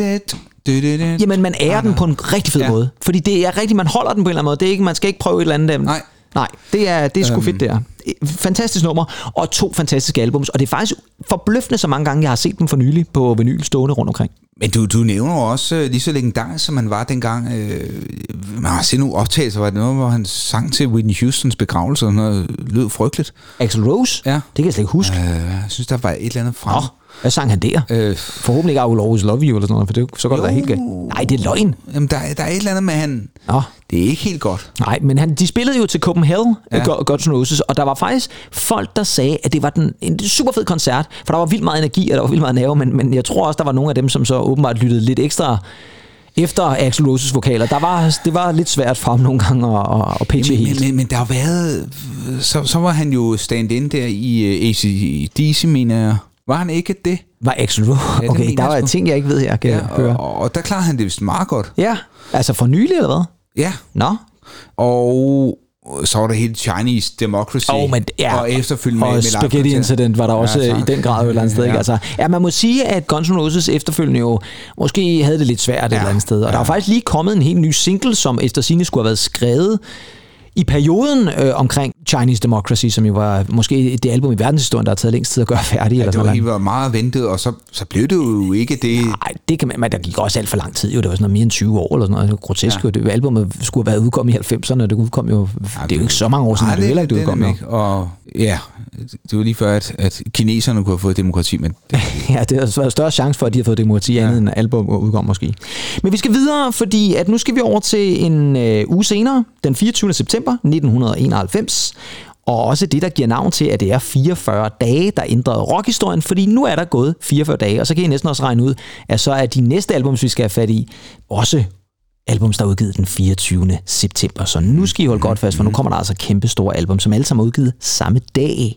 ikke. Jamen, man ærer den på en rigtig fed måde. Fordi det er rigtigt, man holder den på en eller anden måde. Det er ikke, man skal ikke prøve et eller andet. Nej, det er sgu fedt, det er. Fantastisk nummer, og 2 fantastiske albums. Og det er faktisk forbløffende, så mange gange, jeg har set dem for nylig på vinyl stående rundt omkring. Men du nævner jo også lige så legendarisk, som man var dengang. Man har set nogle optagelser, var det noget, hvor han sang til Whitney Houstons begravelse, og noget lød frygteligt. Axl Rose? Ja. Det kan jeg slet ikke huske. Jeg synes, der var et eller andet frem. Hvad sang han der? Forhåbentlig ikke I Will Always Love You eller sådan noget, for det, så går det da helt galt. Nej, det er løgn. Jamen, der er et eller andet med han... Det er ikke helt godt. Nej, men de spillede jo til Copenhagen, Guns N' Roses, og der var faktisk folk, der sagde, at det var en super fed koncert, for der var vildt meget energi, og der var vildt meget nerve, men jeg tror også, der var nogle af dem, som så åbenbart lyttede lidt ekstra efter Axl Roses vokaler. Det var lidt svært for ham nogle gange at pitche helt. Men der har været... Så var han jo stand-in der i AC/DC, mener jeg. Var han ikke det? Var Axl Rose? Okay, der var ting, jeg ikke ved her, kan jeg høre. Og der klarede han det vist meget godt. Ja, altså for nylig eller hvad? Ja. Nå. Og så var der hele Chinese Democracy, og efterfølgende med Spaghetti Incident var der også i den grad et eller andet sted. Ikke? Altså, man må sige, at Guns N' Roses efterfølgende jo måske havde det lidt svært et eller andet sted. Og der var faktisk lige kommet en helt ny single, som efter sigende skulle have været skrevet i perioden omkring Chinese Democracy, som jo var måske det album i verdenshistorien, der har taget længst tid at gøre færdig. Ja, eller det sådan var meget ventet, og så blev det jo ikke det. Nej, det kan man, men der gik også alt for lang tid. Jo. Det var sådan noget mere end 20 år eller sådan noget. Det var grotesk. Ja. Det albumet skulle have været udkommet i 90'erne, og det udkom jo... det er jo ikke så mange år siden, det heller ikke udkom. Og ja, det var lige før, at kineserne kunne have fået demokrati, men... Ja, det har været større chance for, at de har fået demokrati andet end album udkom måske. Men vi skal videre, fordi at nu skal vi over til en uge senere, den 24. september 1991, og også det, der giver navn til, at det er 44 dage, der ændrede rockhistorien, fordi nu er der gået 44 dage, og så kan I næsten også regne ud, at så er de næste albums, vi skal have fat i, også albums, der er udgivet den 24. september. Så nu skal I holde godt fast, for nu kommer der altså kæmpe store album, som alle sammen er udgivet samme dag.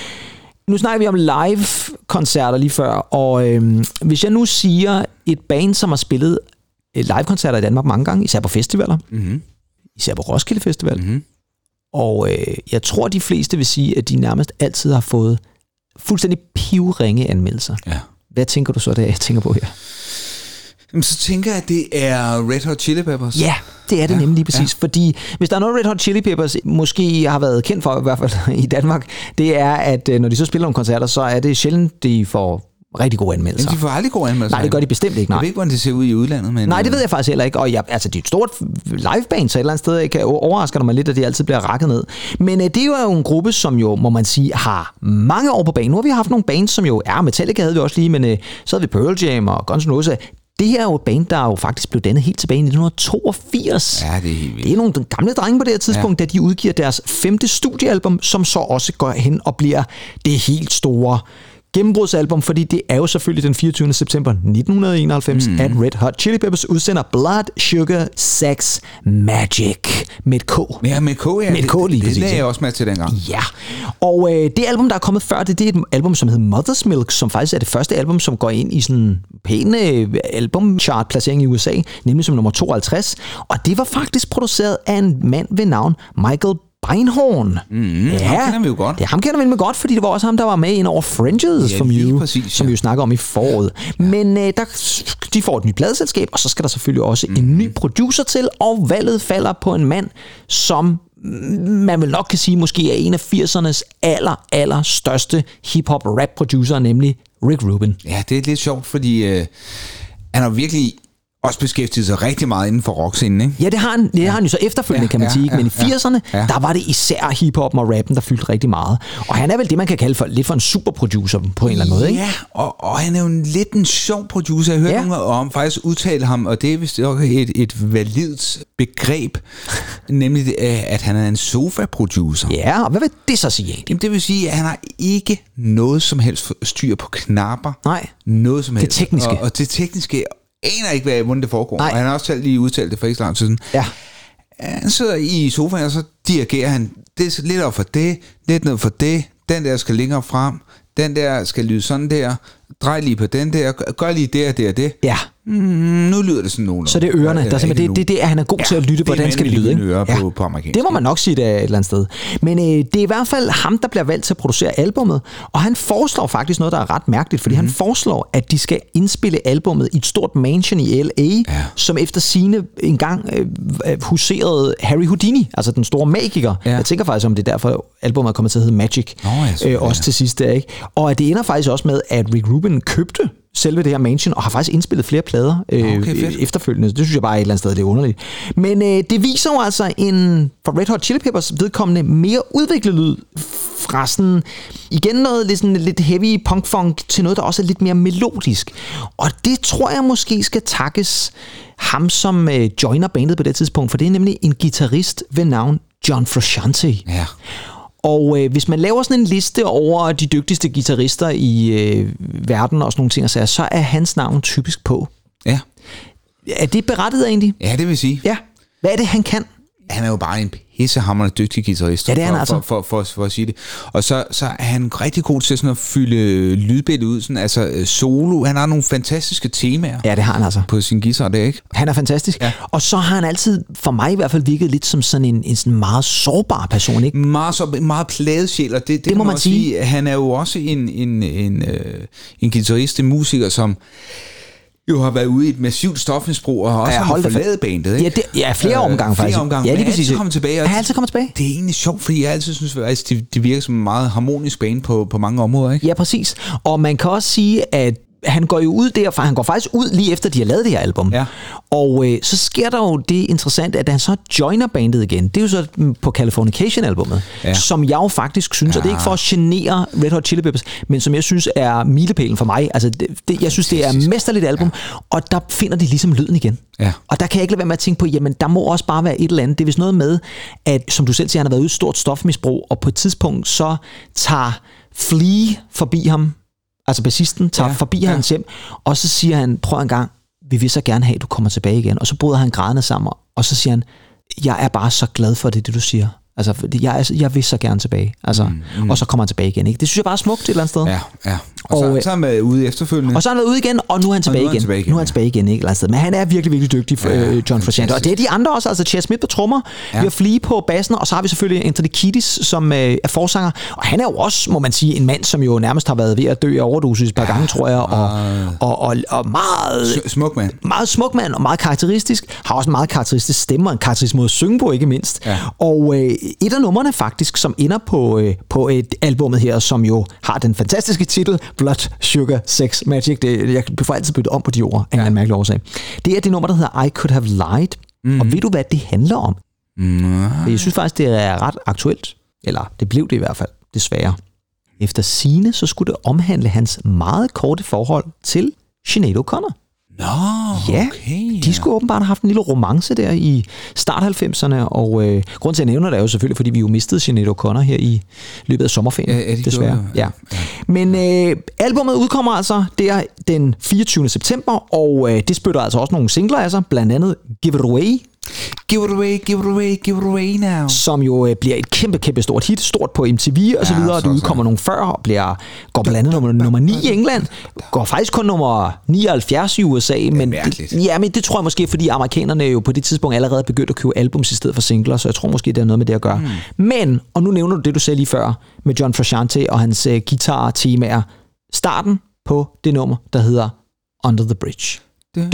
Nu snakker vi om live-koncerter lige før, og hvis jeg nu siger et band, som har spillet live-koncerter i Danmark mange gange, især på festivaler, især på Roskilde Festival, og jeg tror, de fleste vil sige, at de nærmest altid har fået fuldstændig pivringe anmeldelser. Ja. Hvad tænker du så, det jeg tænker på her? Jamen, så tænker jeg, at det er Red Hot Chili Peppers. Ja, det er det nemlig lige præcis. Fordi hvis der er noget, Red Hot Chili Peppers måske har været kendt for, i hvert fald i Danmark, det er, at når de så spiller nogle koncerter, så er det sjældent, de får rigtig gode anmeldelser. Men de får aldrig gode anmeldelser. Nej, det gør de bestemt ikke. Nej. Jeg ved ikke, hvordan det ser ud i udlandet. Men nej, det ved jeg faktisk heller ikke. Og altså, det er et stort liveband, så et eller andet sted kan overraske mig lidt, at de altid bliver rakket ned. Men det er jo en gruppe, som jo, må man sige, har mange år på banen. Nu har vi haft nogle bands, som jo er Metallica, havde vi også lige, men så havde vi Pearl Jam og Guns N' Roses. Det her er jo et band, der jo faktisk blev dannet helt tilbage i 1982. Ja, det er helt vildt. Det er nogle gamle drenge på det her tidspunkt, da de udgiver deres 5. studiealbum, som så også går hen og bliver det helt store gennembrudsalbum, fordi det er jo selvfølgelig den 24. september 1991, at Red Hot Chili Peppers udsender Blood, Sugar, Sex, Magic med et K. Ja, med et K, ja. Med et K, lige det lagde jeg også med til dengang. Ja, og det album, der er kommet før, det er et album, som hedder Mother's Milk, som faktisk er det første album, som går ind i sådan en pæn albumchart-placering i USA, nemlig som nummer 52, og det var faktisk produceret af en mand ved navn Michael Beinhorn. Ja, ham kender vi jo godt. Ja, ham kender vi nemlig godt, fordi det var også ham, der var med ind over Fringes from You, præcis, som vi jo snakker om i foråret. Ja. Men de får et nyt pladeselskab, og så skal der selvfølgelig også en ny producer til, og valget falder på en mand, som man vel nok kan sige, måske er en af 80'ernes aller største hip-hop rap producer, nemlig Rick Rubin. Ja, det er lidt sjovt, fordi han har virkelig også beskæftiget sig rigtig meget inden for rockscenen, ikke? Ja, det har han jo så efterfølgende, kan man sige. Men i 80'erne, der var det især hiphoppen og rappen, der fyldte rigtig meget. Og han er vel det, man kan kalde for lidt for en superproducer på en eller anden måde, ikke? Ja, og han er jo lidt en sjov producer. Jeg hørte nogen om faktisk udtale ham, og det er vist også et validt begreb, nemlig at han er en sofa-producer. Ja, og hvad vil det så sige? Jamen, det vil sige, at han har ikke noget som helst styr på knapper. Nej, noget som helst. Det tekniske. Og det tekniske aner ikke, hvordan det foregår. Nej. Og han har også lige udtalt det for ikke lang tid siden. Ja. Han sidder i sofaen, og så dirigerer han. Det er lidt op for det, lidt ned for det. Den der skal længere frem. Den der skal lyde sådan der. Drej lige på den der. Gør lige det og det og det. Ja. Nu lyder det sådan nogen. Så det er ørerne. Der simpelthen, det er, han er god til at lytte, hvordan skal det lyde. Øre på amerikansk. Det må man nok sige, det er et eller andet sted. Men det er i hvert fald ham, der bliver valgt til at producere albummet. Og han foreslår faktisk noget, der er ret mærkeligt, fordi han foreslår, at de skal indspille albummet i et stort mansion i L.A., som efter sigende engang huserede Harry Houdini, altså den store magiker. Ja. Jeg tænker faktisk, om det er derfor, albumet er kommet til at hedde Magic. Også til sidst der, ikke? Og det ender faktisk også med, at Rick Rubin købte selve det her mansion, og har faktisk indspillet flere plader efterfølgende. Det synes jeg bare er et eller andet sted, det er underligt. Men det viser jo altså en, for Red Hot Chili Peppers vedkommende, mere udviklet lyd fra sådan, igen noget lidt heavy punk-funk til noget, der også er lidt mere melodisk. Og det tror jeg måske skal takkes ham, som joiner bandet på det tidspunkt, for det er nemlig en guitarist ved navn John Frusciante. Ja. Og hvis man laver sådan en liste over de dygtigste guitarister i verden og sådan nogle ting, så er hans navn typisk på. Ja. Er det berettiget egentlig? Ja, det vil sige. Ja. Hvad er det, han kan? Han er jo bare en pissehammerende dygtig guitarist. Ja, det er han altså. For at sige det. Og så er han rigtig god til sådan at fylde lydbilledet ud, sådan, altså solo. Han har nogle fantastiske temaer. Ja, det har han altså. På sin guitar, det ikke? Han er fantastisk. Ja. Og så har han altid, for mig i hvert fald, virket lidt som sådan en sådan meget sårbar person, ikke? Meget pladesjæl, og det må man sige. Han er jo også en guitarist, en musiker, som jo har været ude i et massivt stofmisbrug, og har også har forladet bandet, ikke? Flere omgange faktisk. Flere omgange, ja, lige præcis. Kommet tilbage. Han er altid kommet tilbage. Det er egentlig sjovt, fordi jeg altid synes, at det virker som en meget harmonisk band på mange områder, ikke? Ja, præcis. Og man kan også sige, at han går jo ud derfra, han går faktisk ud lige efter, de har lavet det her album. Ja. Og så sker der jo det interessante, at han så joiner bandet igen. Det er jo så på Californication-albummet, som jeg jo faktisk synes, og det er ikke for at genere Red Hot Chili Peppers, men som jeg synes er milepælen for mig. Altså, jeg synes, det er mesterligt album, og der finder de ligesom lyden igen. Ja. Og der kan jeg ikke lade være med at tænke på, jamen, der må også bare være et eller andet. Det er vist noget med, at som du selv siger, han har været ude i et stort stofmisbrug, og på et tidspunkt så tager Flea forbi ham, altså bassisten tager forbi hans hjem, og så siger han, prøv en gang, vi vil så gerne have, at du kommer tilbage igen. Og så bryder han grædende sammen, og så siger han, jeg er bare så glad for det du siger. Altså, jeg vil så gerne tilbage. Altså, og så kommer han tilbage igen. Ikke? Det synes jeg bare er smukt et eller andet sted. Ja. Og så er han været ude efterfølgende. Og så er han været ude igen, og nu er han tilbage igen. Nu er han tilbage igen, ikke et eller andet sted. Men han er virkelig, virkelig dygtig, John Frusciante. Og det er de andre også, altså Chad Smith på trommer, vi har Flea på bassen, og så har vi selvfølgelig Anthony Kiedis, som er forsanger. Og han er jo også, må man sige, en mand, som jo nærmest har været ved at dø af overdosis et par gange, tror jeg. Og meget... Smuk mand. Meget smuk mand, og meget karakteristisk. Har også en meget karakteristisk stemme, og en karakteristisk måde at synge på, ikke mindst. Ja. Og et af numrene faktisk, som ender på et albumet her, som jo har den fantastiske titel Blood, Sugar, Sex, Magic. Jeg får altid byttet om på de ord, af en mærkelig årsag. Det er det nummer, der hedder I Could Have Lied. Og ved du, hvad det handler om? Jeg synes faktisk, det er ret aktuelt. Eller det blev det i hvert fald, desværre. Efter sigende, så skulle det omhandle hans meget korte forhold til Sinead O'Connor. De skulle åbenbart have haft en lille romance der i start 90'erne, og grund til at nævne det er jo selvfølgelig, fordi vi jo mistede Sinead O'Connor her i løbet af sommerferien, desværre. Ja. Men albumet udkommer altså der den 24. september, og det spytter altså også nogle singler af sig, blandt andet Give It Away. Give it away, give it away, give it away now. Som jo bliver et kæmpe stort hit, stort på MTV og så videre, og det udkommer nogle før, og går blandt andet nummer 9 i England, går faktisk kun nummer 79 i USA, men det tror jeg måske, fordi amerikanerne jo på det tidspunkt allerede begyndt at købe albums i stedet for singler, så jeg tror måske, det har noget med det at gøre. Men, og nu nævner du det, du sagde lige før, med John Frusciante og hans guitar-temaer, starten på det nummer, der hedder Under the Bridge. Det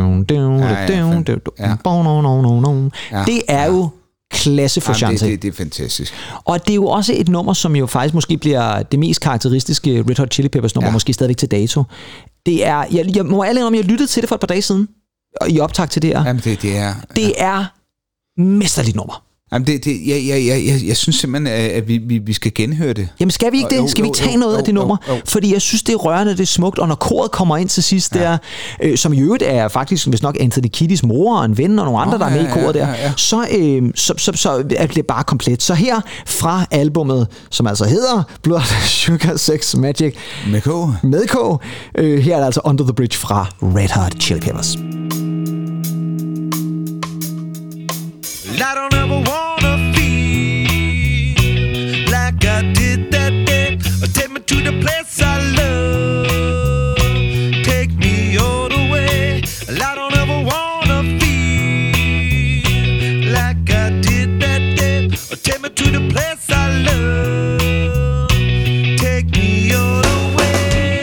er jo klasse Frusciante. Det er fantastisk. Og det er jo også et nummer, som jo faktisk måske bliver det mest karakteristiske Red Hot Chili Peppers nummer, måske stadigvæk til dato. Det er, jeg må ærlig om, jeg lyttede til det for et par dage siden, i optag til det her. Jamen, det er mesterligt nummer. Jamen jeg synes simpelthen, at vi skal genhøre det. Jamen skal vi ikke det? Skal vi tage noget af det nummer? Fordi jeg synes, det er rørende, det er smukt, og når koret kommer ind til sidst der, som i øvrigt er faktisk, hvis nok Anthony Kiedis mor og en ven og nogle andre, der er med i koret der, så er det bare komplet. Så her fra albumet, som altså hedder Blood, Sugar, Sex, Magic, med K, her er det altså Under the Bridge fra Red Hot Chili Peppers. I don't ever wanna feel like I did that day. Take me to the place I love. Take me all the way. I don't ever wanna feel like I did that day. Take me to the place I love. Take me all the way.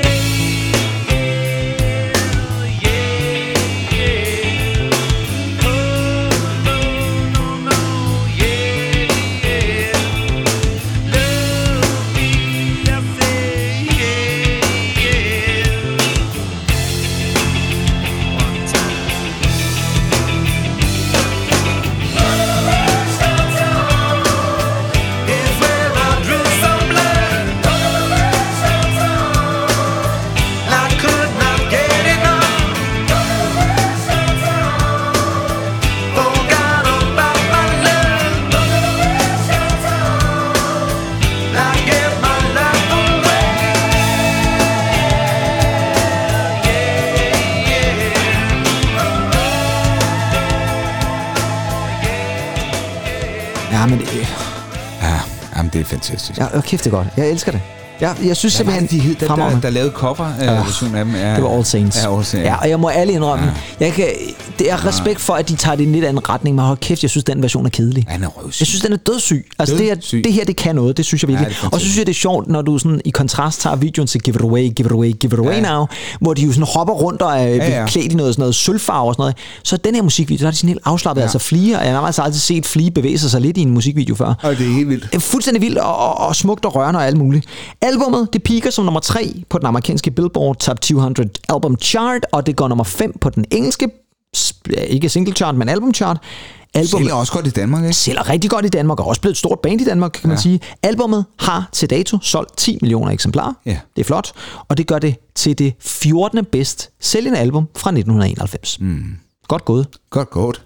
Jamen, det er fantastisk. Ja, kæft det godt. Jeg elsker det. Jeg synes simpelthen, de hed, der lavede cover-version af dem. Det var All Saints. Ja, All Saints. Ja, og jeg må alle indrømme, det er respekt for, at de tager det i en lidt anden retning, men hold kæft, jeg synes, den version er kedelig. Han er røvsyg. Jeg synes, den er dødssyg. Altså, det her, det kan noget, det synes jeg virkelig. Og så synes jeg, det er sjovt, når du sådan i kontrast tager videoen til Give It Away, Give It Away, Give It Away Now, hvor de jo sådan hopper rundt og er klædt i noget sølvfarve og sådan noget. Så den her musikvideo, der er de sådan helt afslappet, altså Flea, og jeg har altså altid set Flea bevæge sig lidt i en musikvideo før. Og det er helt vildt. Fuldstændig vildt og smukt og rørende og alt muligt. Albummet, det peaker som nummer 3 på den amerikanske Billboard Top 200 Album Chart, og det går nummer 5 på den engelske, ikke single chart, men album chart. Sælger også godt i Danmark, ikke? Sælger rigtig godt i Danmark, og også blevet et stort band i Danmark, kan man sige. Albummet har til dato solgt 10 millioner eksemplarer. Ja. Det er flot, og det gør det til det 14. bedst sælgende album fra 1991. Godt gået. Godt gået.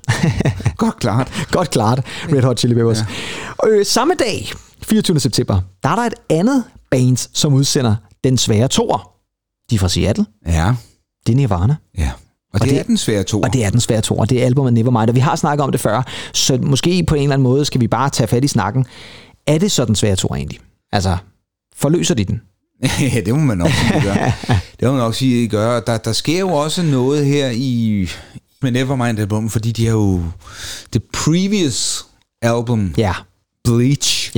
Godt klart. Red Hot Chili Peppers. Ja. Samme dag, 24. september, der er der et andet band, som udsender Den Svære Toer. De er fra Seattle. Ja. Det er Nirvana. Ja. Og det er Den Svære Toer. Og det er Den Svære Toer. Det er albumet Nevermind, og vi har snakket om det før, så måske på en eller anden måde skal vi bare tage fat i snakken. Er det så Den Svære Toer egentlig? Altså, forløser de den? Ja, det må man nok sige, gøre. Det må man nok sige, at gøre. Der sker jo også noget her med Nevermind-album, fordi de har jo The Previous Album, Bleach,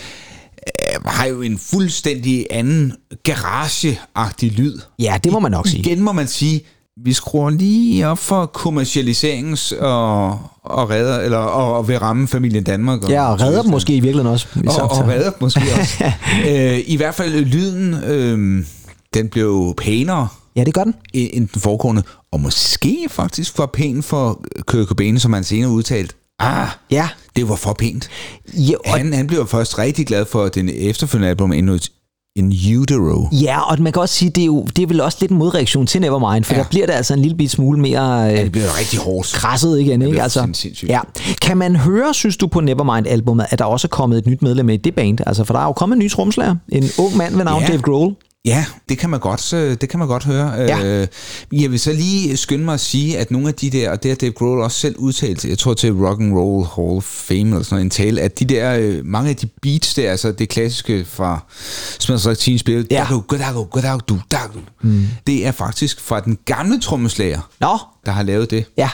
har jo en fuldstændig anden garage-agtig lyd. Ja, det må man nok sige. Igen må man sige, vi skruer lige op for kommercialiseringens og redder, eller og vil ramme familien Danmark. Og redder dem måske i virkeligheden også. Og redder dem måske også. I hvert fald lyden, den blev pænere. Ja, det gør den. End den foregående. Og måske faktisk for pæn for Kurt Cobain, som han senere udtalt. Det var for pænt. Ja, han blev først rigtig glad for den efterfølgende album In Utero. Ja, og man kan også sige, det er vel også lidt en modreaktion til Nevermind, for der bliver det altså en lille bit smule mere det bliver rigtig hårdt. Krasset igen, ikke? Altså, kan man høre, synes du, på Nevermind-albummet, at der også er kommet et nyt medlem i det band? Altså, for der er jo kommet en ny trommeslager, en ung mand ved navn Dave Grohl. Ja, det kan man godt høre. Jeg vil så lige skynde mig at sige, at nogle af de der, og det har Dave Grohl også selv udtalt, jeg tror til Rock and Roll Hall of Fame eller sådan en tale, at de der, mange af de beats der, altså det klassiske fra Smells Like Teen Spirit, det er faktisk fra den gamle trommeslager, der har lavet det. Ja.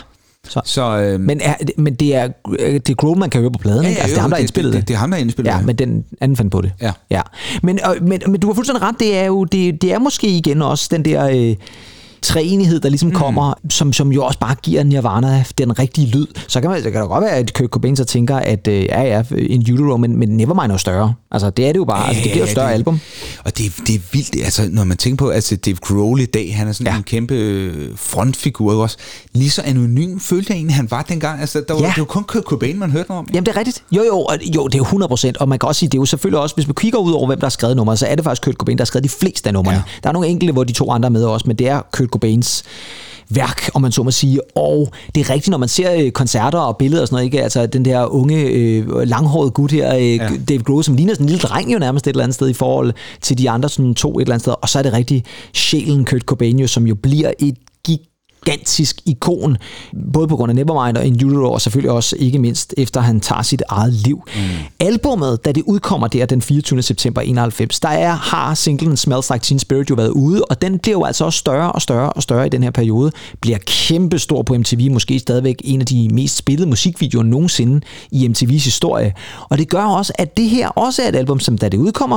Men det er Grohl, man kan høre på pladen, ikke? Altså, det er ham, der har indspillet det. Det er ham, der har indspillet det. Ja, men den anden fandt på det. Ja. Men du har fuldstændig ret, det er måske igen også den der træenighed, der ligesom kommer, som jo også bare giver Nirvana den rigtige lyd. Så kan det godt være, at Kurt Cobain så tænker, at In Utero, men Nevermind er jo større. Altså, det er det jo bare. Altså, det bliver jo større album. Og det er vildt. Altså, når man tænker på, altså Dave Grohl i dag, han er sådan en kæmpe frontfigur også. Lige så anonym følte jeg egentlig, han var dengang. Altså, det var jo kun Kurt Cobain, man hørte om. Jamen, det er rigtigt. Jo, det er jo 100%. Og man kan også sige, det er jo selvfølgelig også, hvis man kigger ud over, hvem der har skrevet nummeret, så er det faktisk Kurt Cobain, der har skrevet de fleste af numrene. Der er nogle enkelte, hvor de to andre er med også, men det er Kurt Cobains værk, om man så må sige. Og det er rigtigt, når man ser koncerter og billeder og sådan noget, ikke? Altså den der unge, langhårede gut her, Dave Grohl, som ligner sådan en lille dreng jo nærmest et eller andet sted i forhold til de andre sådan to et eller andet sted. Og så er det rigtig sjælen Kurt Cobain jo, som jo bliver et gigantisk ikon, både på grund af Nevermind og In Utero, og selvfølgelig også ikke mindst efter han tager sit eget liv. Albummet, da det udkommer der den 24. september 91, har singlen Smells Like Teen Spirit jo været ude, og den bliver jo altså også større og større og større i den her periode, bliver kæmpestor på MTV, måske stadigvæk en af de mest spillede musikvideoer nogensinde i MTV's historie. Og det gør også, at det her også er et album, som da det udkommer,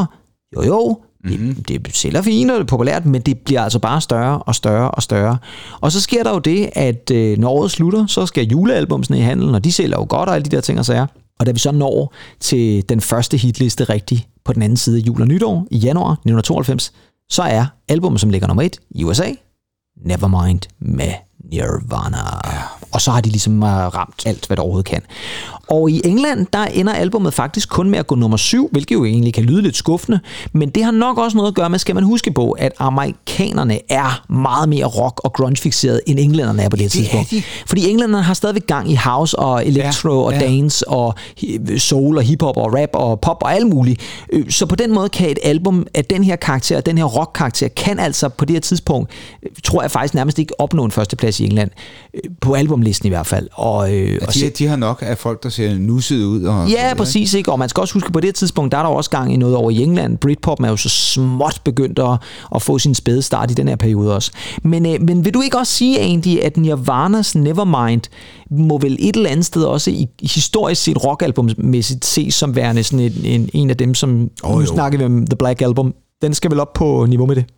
det sælger fint og det er populært, men det bliver altså bare større og større og større. Og så sker der jo det, at når året slutter, så skal julealbumsene i handlen, og de sælger jo godt og alle de der ting og sager. Og da vi så når til den første hitliste rigtig på den anden side af jul og nytår i januar 1992, så er albumet, som ligger nummer 1 i USA, Nevermind med Nirvana. Og så har de ligesom ramt alt, hvad der overhovedet kan. Og i England, der ender albumet faktisk kun med at gå nummer 7, hvilket jo egentlig kan lyde lidt skuffende, men det har nok også noget at gøre med, skal man huske på, at amerikanerne er meget mere rock- og grunge-fixeret, end englænderne er på det tidspunkt. Fordi englænderne har stadigvæk gang i house og electro og dance og soul og hiphop og rap og pop og alt muligt. Så på den måde kan et album af den her karakter, den her rock-karakter, kan altså på det her tidspunkt, tror jeg faktisk nærmest ikke opnå en førsteplads i England på album ranglisten i hvert fald. De har nok af folk, der ser nusset ud. Og ja, præcis, ikke? Og man skal også huske, på det tidspunkt, der er der også gang i noget over i England. Britpop er jo så småt begyndt at få sin spæde start i den her periode også. Men vil du ikke også sige egentlig, at Nirvanas Nevermind må vel et eller andet sted også i historisk set rockalbummæssigt ses som værende sådan en af dem, som nu snakker vi om The Black Album. Den skal vel op på niveau med det?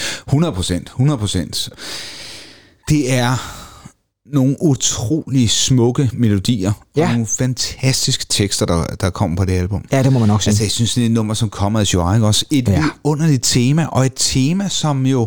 100%. Det er nogle utrolig smukke melodier, og nogle fantastiske tekster, der kommer på det album. Ja, det må man nok sige. Altså, jeg synes, det er et nummer, som kommer af Joe, ikke? Også et underligt tema, og et tema, som jo...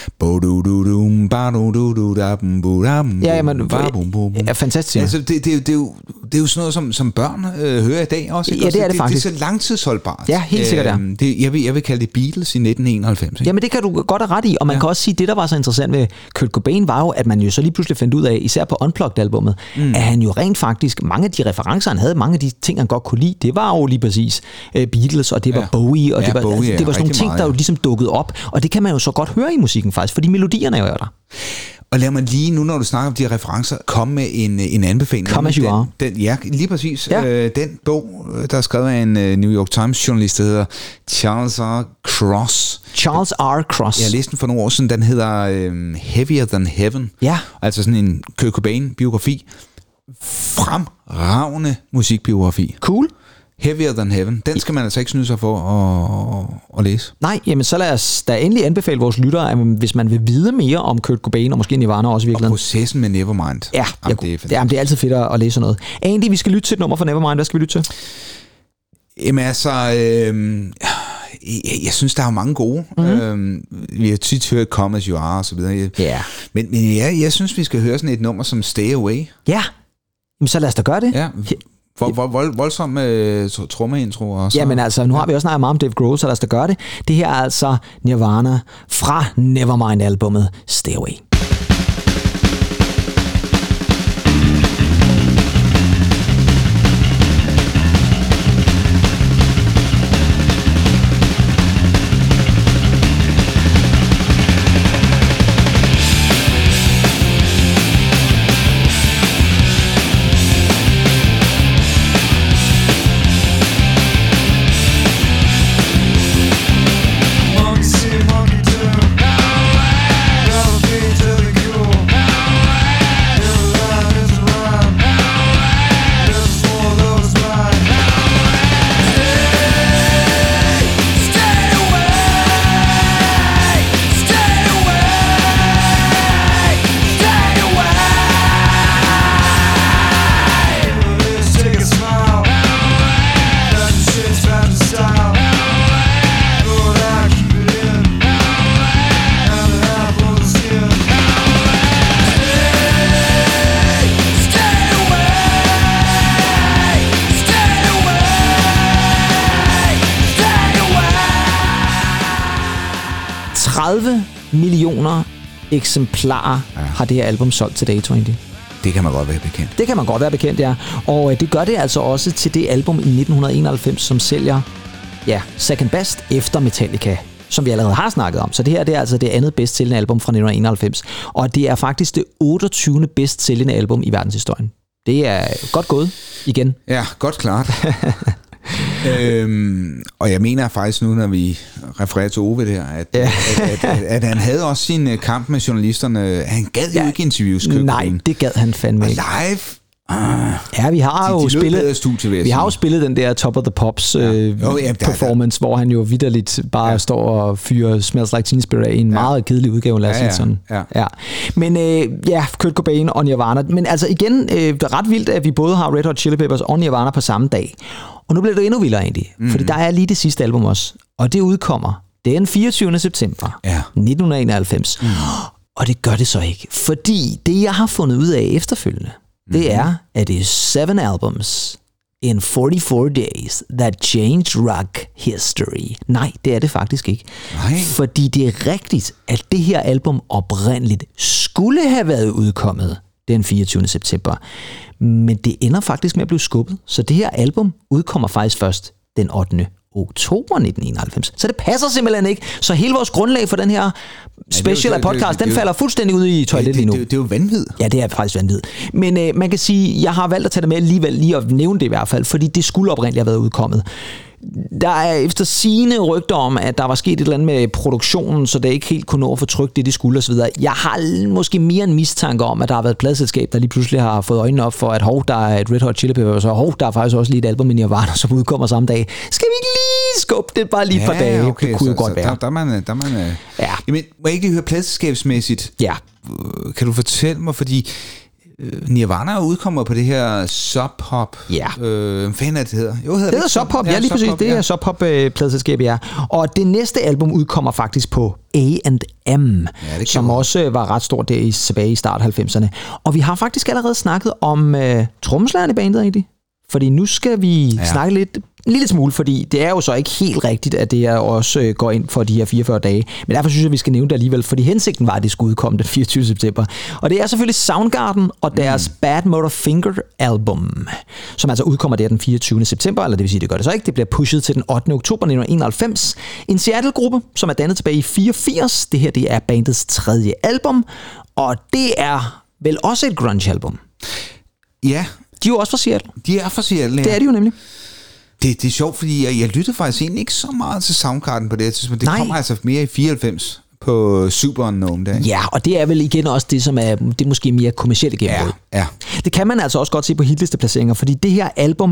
Ja, fantastisk. Altså, det er jo sådan noget, som børn hører i dag også. Ikke? Ja, det er det faktisk. Det er så langtidsholdbart. Ja, helt sikkert, jeg vil kalde det Beatles i 1991. Ikke? Jamen, det kan du godt have ret i, og man kan også sige, at det, der var så interessant ved Kurt Cobain, var jo, at man jo så lige pludselig fandt ud af, især på Unplugged-albummet, at han jo rent faktisk, mange af de referencer, han havde, mange af de ting, han godt kunne lide, det var jo lige præcis Beatles, og det var Bowie, og det var sådan nogle ting, der jo ligesom dukkede op, og det kan man jo så godt høre i musikken faktisk, fordi melodierne er jo der. Og lad mig lige nu, når du snakker om de referencer, komme med en anbefaling. Come as you are. Ja, lige præcis. Ja. Den bog, der er skrevet af en New York Times journalist, der hedder Charles R. Cross. Charles R. Cross. Jeg læste den for nogle år siden. Den hedder Heavier Than Heaven. Ja. Altså sådan en Kurt Cobain-biografi. Fremragende musikbiografi. Cool. Heavier Than Heaven. Den skal man altså ikke snyde sig for at læse. Nej, jamen så lad os da endelig anbefale vores lyttere, at hvis man vil vide mere om Kurt Cobain, og måske Nirvana også virkelig. Og processen med Nevermind. Ja, det er altid fedt at læse noget. Andy, vi skal lytte til et nummer fra Nevermind. Hvad skal vi lytte til? Jamen altså... jeg synes, der er mange gode. Vi har tit hørt Come As You Are og så videre. Yeah. Men jeg synes, vi skal høre sådan et nummer som Stay Away. Ja, jamen så lad os da gøre det. Ja. Voldsom trommeintro og så. Ja, men altså, nu har vi også snakket meget om Dave Grohl, så lad os da gøre det. Det her er altså Nirvana fra Nevermind-albummet Stay Away. 30 millioner eksemplarer har det her album solgt til dato egentlig. Det kan man godt være bekendt. Det kan man godt være bekendt, ja. Og det gør det altså også til det album i 1991, som sælger second best efter Metallica, som vi allerede har snakket om. Så det her det er altså det andet bedst sælgende album fra 1991. Og det er faktisk det 28. bedst sælgende album i verdenshistorien. Det er godt gået igen. Ja, godt klart. Og jeg mener faktisk nu, når vi refererer til Ove der, at han havde også sin kamp med journalisterne. Han gad jo ikke interviews. Nej, det gad han fandme ikke. Live. Ja, vi har jo spillet den der Top of the Pops performance, hvor han jo vitterligt bare står og fyrer Smells Like Teen Spirit af i en meget kedelig udgave, lad os sige sådan. Ja. Men Kurt Cobain og Nirvana. Men altså igen, det er ret vildt, at vi både har Red Hot Chili Peppers og Nirvana på samme dag. Og nu bliver det endnu vildere egentlig, fordi der er lige det sidste album også, og det udkommer den 24. september 1991. Og det gør det så ikke, fordi det jeg har fundet ud af efterfølgende, det er, at det er 7 albums in 44 days that changed rock history. Nej, det er det faktisk ikke. Nej. Fordi det er rigtigt, at det her album oprindeligt skulle have været udkommet den 24. september. Men det ender faktisk med at blive skubbet. Så det her album udkommer faktisk først den 8. oktober 1991. Så det passer simpelthen ikke. Så hele vores grundlag for den her special af podcast, den falder fuldstændig ud i toilettet lige nu. Det er jo vanvid. Ja, det er faktisk vanvid. Men man kan sige, jeg har valgt at tage det med alligevel, lige at nævne det i hvert fald, fordi det skulle oprindeligt have været udkommet. Der er efter sigende rygter om, at der var sket et eller andet med produktionen, så det ikke helt kunne nå at få trykt det, de skulle osv. Jeg har måske mere en mistanke om, at der har været et pladselskab, der lige pludselig har fået øjnene op for, at der er et Red Hot Chili Peppers, og der er faktisk også lige et album i Nirvana, som udkommer samme dag. Skal vi ikke lige skubbe det bare lige et par dage? Okay, det kunne jo godt være. Der er man ja. Jamen, må jeg ikke lige høre pladselskabsmæssigt? Ja. Kan du fortælle mig, fordi Nirvana udkommer på det her Sub Pop. Ja. Hvad fanden er det hedder? Jo, det hedder Sub Pop. Ja, lige præcis. Det er Sub Pop pladselskab, ja. Og det næste album udkommer faktisk på A&M, som også var ret stort der tilbage i start 90'erne. Og vi har faktisk allerede snakket om trommeslageren i bandet, egentlig. Fordi nu skal vi snakke en lille smule, fordi det er jo så ikke helt rigtigt, at det også går ind for de her 44 dage. Men derfor synes jeg, at vi skal nævne det alligevel, fordi hensigten var, at det skulle udkomme den 24. september. Og det er selvfølgelig Soundgarden og deres Bad Motorfinger album, som altså udkommer der den 24. september, eller det vil sige, det gør det så ikke. Det bliver pushet til den 8. oktober 1991. En Seattle-gruppe, som er dannet tilbage i 84. Det her, det er bandets 3. album, og det er vel også et grunge-album. Ja. De er jo også fra Seattle. De er fra Seattle, ja. Det er de jo nemlig. Det er sjovt, fordi jeg lyttede faktisk egentlig ikke så meget til Soundgarden på det her tidspunkt. Det kommer altså mere i 94 på Super Unknown der. Ja, og det er vel igen også det, som er det måske mere kommercielle gennembrud. Ja. Det kan man altså også godt se på hitlisteplaceringer, fordi det her album,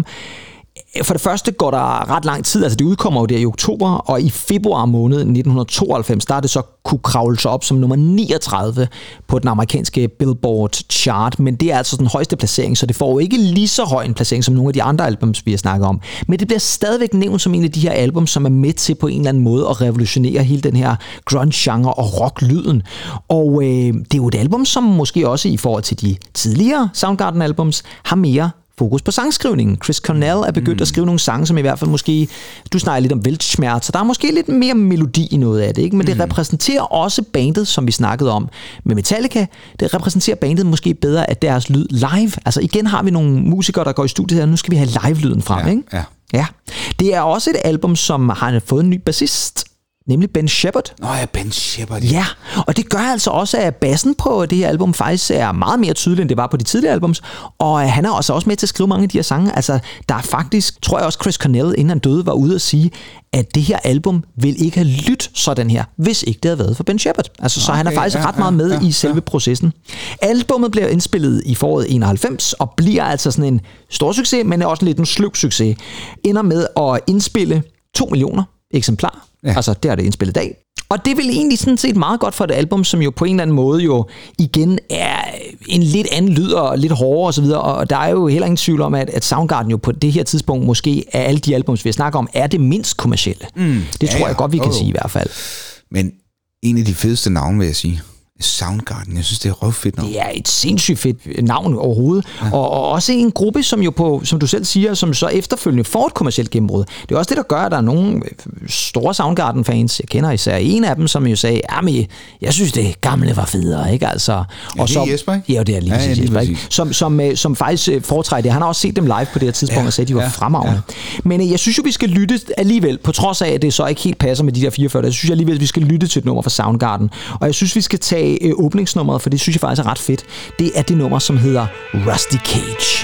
for det første går der ret lang tid, altså det udkommer jo der i oktober, og i februar måned 1992, der er det så kunne kravle sig op som nummer 39 på den amerikanske Billboard chart, men det er altså den højeste placering, så det får jo ikke lige så høj en placering som nogle af de andre albums, vi har snakket om. Men det bliver stadigvæk nævnt som en af de her album, som er med til på en eller anden måde at revolutionere hele den her grunge-genre og rock-lyden. Og det er jo et album, som måske også i forhold til de tidligere Soundgarden-albums har mere fokus på sangskrivningen. Chris Cornell er begyndt at skrive nogle sange, som i hvert fald måske, du snakker lidt om Weltschmerz, så der er måske lidt mere melodi i noget af det, ikke? Men det repræsenterer også bandet, som vi snakkede om med Metallica. Det repræsenterer bandet måske bedre af deres lyd live. Altså igen har vi nogle musikere, der går i studiet her, nu skal vi have live-lyden frem, ikke? Ja. Det er også et album, som har fået en ny bassist, nemlig Ben Shepherd. Ben Shepherd. Ja, og det gør altså også, at bassen på det her album faktisk er meget mere tydelig, end det var på de tidligere albums, og han er også med til at skrive mange af de her sange. Altså, der er faktisk, tror jeg også, Chris Cornell, inden han døde, var ude at sige, at det her album vil ikke have lyttet sådan her, hvis ikke det havde været for Ben Shepherd. Altså, så han er faktisk ret meget med i selve processen. Albummet bliver indspillet i foråret 91, og bliver altså sådan en stor succes, men også lidt en sløv succes. Ender med at indspille 2 millioner eksemplarer. Ja. Altså, det er det indspillet i dag. Og det er vel egentlig sådan set meget godt for et album, som jo på en eller anden måde jo igen er en lidt anden lyd og lidt hårdere osv. Og der er jo heller ingen tvivl om, at Soundgarden jo på det her tidspunkt måske af alle de albums, vi snakker om, er det mindst kommercielle. Det tror jeg godt, vi kan sige i hvert fald. Men en af de fedeste navne, vil jeg sige. Soundgarden, jeg synes, det er røvfedt navn. Det er et sindssygt fedt navn overhovedet. Ja. Og også en gruppe, som jo på, som du selv siger, som så efterfølgende får et kommercielt gennembrud. Det er også det, der gør, at der er nogle store Soundgarden-fans, jeg kender især en af dem, som jo sagde, jamen, jeg synes, det gamle var federe, ikke? Altså, og det er Jesper, ikke? Ja, det er lige præcis Jesper, ikke? Som faktisk foretrækker det. Han har også set dem live på det her tidspunkt og sagde, at de var fremragende. Ja. Men jeg synes jo, vi skal lytte alligevel, på trods af, at det så ikke helt passer med de der 44, jeg synes alligevel, at vi skal lytte til et nummer fra Soundgarden. Og jeg synes, vi skal tage åbningsnummeret, for det synes jeg faktisk er ret fedt. Det er det nummer, som hedder Rusty Cage.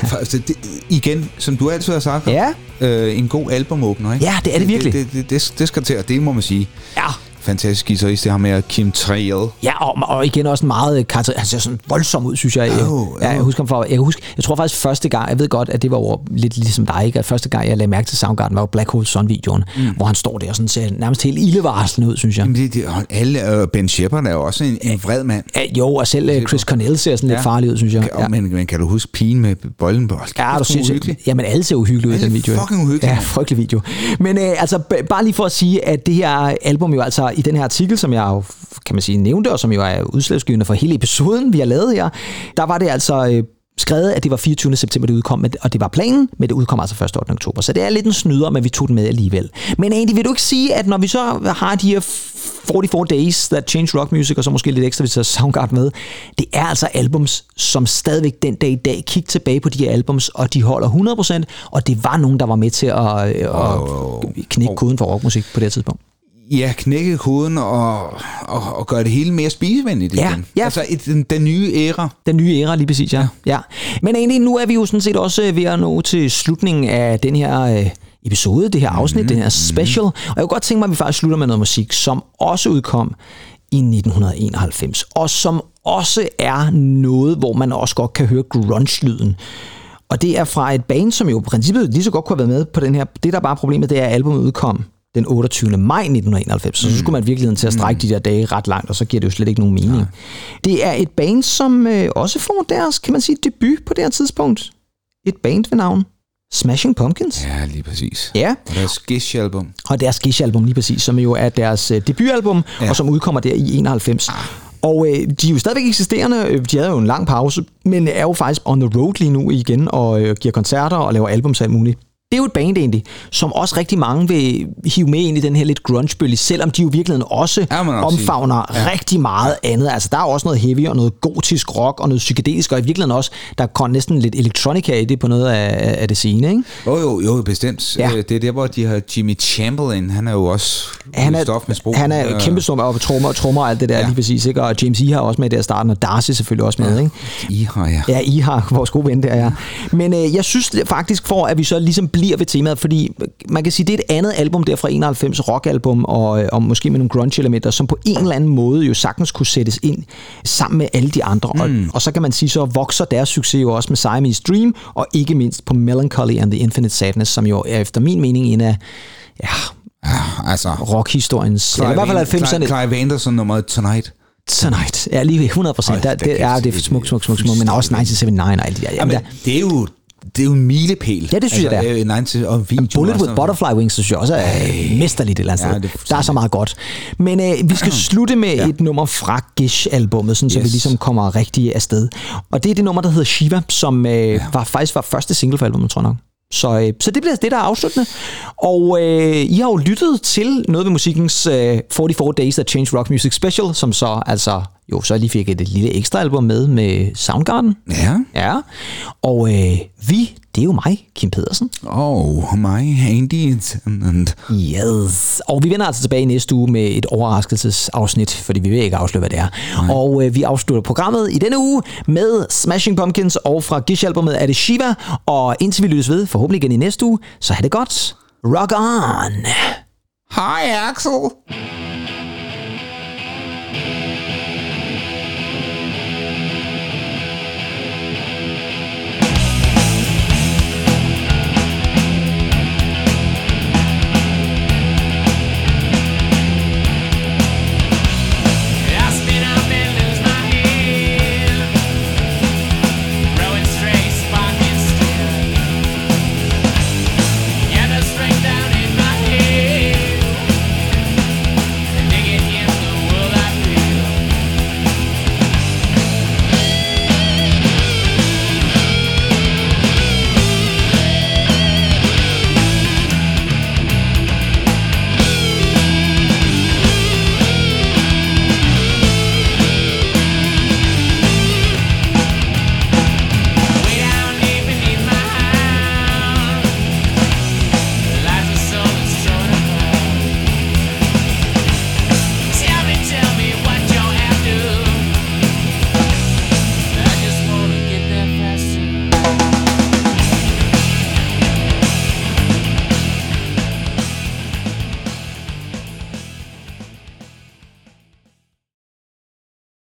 Altså, igen, som du altid har sagt, en god albumåbner, ikke? Ja, det er det virkelig. Det skal til, og det må man sige. Ja. Fantastisk guitarist, det har med Kim Trill. Ja, og igen også en meget han ser sådan voldsom ud, synes jeg. Jeg tror faktisk første gang, jeg ved godt, at det var over lidt ligesom dig, ikke? At første gang, jeg lagde mærke til Soundgarden, var jo Black Hole Sun-videoen, hvor han står der og sådan ser nærmest helt ildevarslende ud, synes jeg. Alle, Ben Shepard er jo også en vred mand. Jo, og selv Chris Cornell ser sådan lidt farlig ud, synes jeg. Men kan du huske pigen med bolden på? Ja, du synes jamen alle ser uhyggelige ud i den video. Fucking uhyggelige. Ja, frygtelig video. Men altså, bare lige for at sige, at det her album jo altså, i den her artikel, som jeg jo, kan man sige, nævnte, og som jo er udslagsgivende for hele episoden, vi har lavet her, der var det altså skrevet, at det var 24. september, det udkom, og det var planen, men det udkom altså først 8. oktober. Så det er lidt en snyder, men vi tog den med alligevel. Men egentlig vil du ikke sige, at når vi så har de her 44 Days That Changed Rock Music, og så måske lidt ekstra, vi tager Soundgarden med, det er altså albums, som stadigvæk den dag i dag kigger tilbage på de her albums, og de holder 100%, og det var nogen, der var med til at knække koden for rockmusik på det her tidspunkt. Ja, knække koden og gøre det hele mere spisevenligt igen. Ja. Altså den nye æra. Den nye æra, lige præcis, ja. Men egentlig, nu er vi jo sådan set også ved at nå til slutningen af den her episode, det her afsnit, den her special. Og jeg kunne godt tænke mig, at vi faktisk slutter med noget musik, som også udkom i 1991, og som også er noget, hvor man også godt kan høre grunge-lyden. Og det er fra et band, som jo i princippet lige så godt kunne have været med på den her. Det, der bare er problemet, det er, at albumet udkom den 28. maj 1991, så skulle man virkelig til at strække de der dage ret langt, og så giver det jo slet ikke nogen mening. Ja. Det er et band, som også får deres, kan man sige, debut på det her tidspunkt. Et band ved navn Smashing Pumpkins. Ja, lige præcis. Ja. Og deres Gish-album. Og deres Gish-album, lige præcis, som jo er deres debutalbum, og som udkommer der i 91. Og de er jo stadigvæk eksisterende, de havde jo en lang pause, men er jo faktisk on the road lige nu igen, og giver koncerter og laver albums alt muligt. Det er jo et band egentlig, som også rigtig mange vil hive med ind i den her lidt grunge-bølge, selvom de jo i virkeligheden også omfavner rigtig meget andet. Altså der er også noget heavy og noget gotisk rock og noget psykedelisk, og i virkeligheden også, der kom næsten lidt electronica i det på noget af det scene, ikke? Jo, bestemt. Ja. Det er der, hvor de har Jimmy Chamberlain, han er jo også stof med sprog. Han er kæmpe stor og trommer og alt det der, lige præcis, ikke? Og James Iha er også med der starten, og Darcy selvfølgelig også med, ikke? Iha, vores gode ven der, Men jeg synes faktisk, for at vi så ligesom bliver ved temaet, fordi man kan sige, det er et andet album der fra 91, rockalbum, og måske med nogle grunge-elementer, som på en eller anden måde jo sagtens kunne sættes ind sammen med alle de andre. Og så kan man sige, så vokser deres succes jo også med Siamese Dream, og ikke mindst på Melancholy and the Infinite Sadness, som jo er efter min mening en af rockhistoriens, i hvert fald 90'erne. Clive Anderson nummer Tonight. Ja, lige 100%. Det er smukt, men også 1979 og alt det der. Jamen, det er jo en milepæl. Ja, det synes jeg, det er. Og Bullet with Butterfly Wings, synes jeg også er mesterligt et eller andet sted. Der er så meget godt. Men vi skal slutte med et nummer fra Gish-albummet, så vi ligesom kommer rigtig afsted. Og det er det nummer, der hedder Shiva, som faktisk var første single for albumet, tror jeg nok. Så det bliver det, der er afsluttende. Og I har jo lyttet til noget ved musikkens 44 Days That Changed Rock Music Special, som så altså så lige fik et lille ekstra album med Soundgarden. Ja. Og det er jo mig, Kim Pedersen. Mig, Andy. Yes. Og vi vender altså tilbage næste uge med et overraskelsesafsnit, fordi vi vil ikke afsløre, hvad det er. Nej. Og vi afslutter programmet i denne uge med Smashing Pumpkins, og fra Gish-albumet er det Shiva. Og indtil vi lyttes ved, forhåbentlig igen i næste uge, så have det godt. Rock on! Hej, Axel!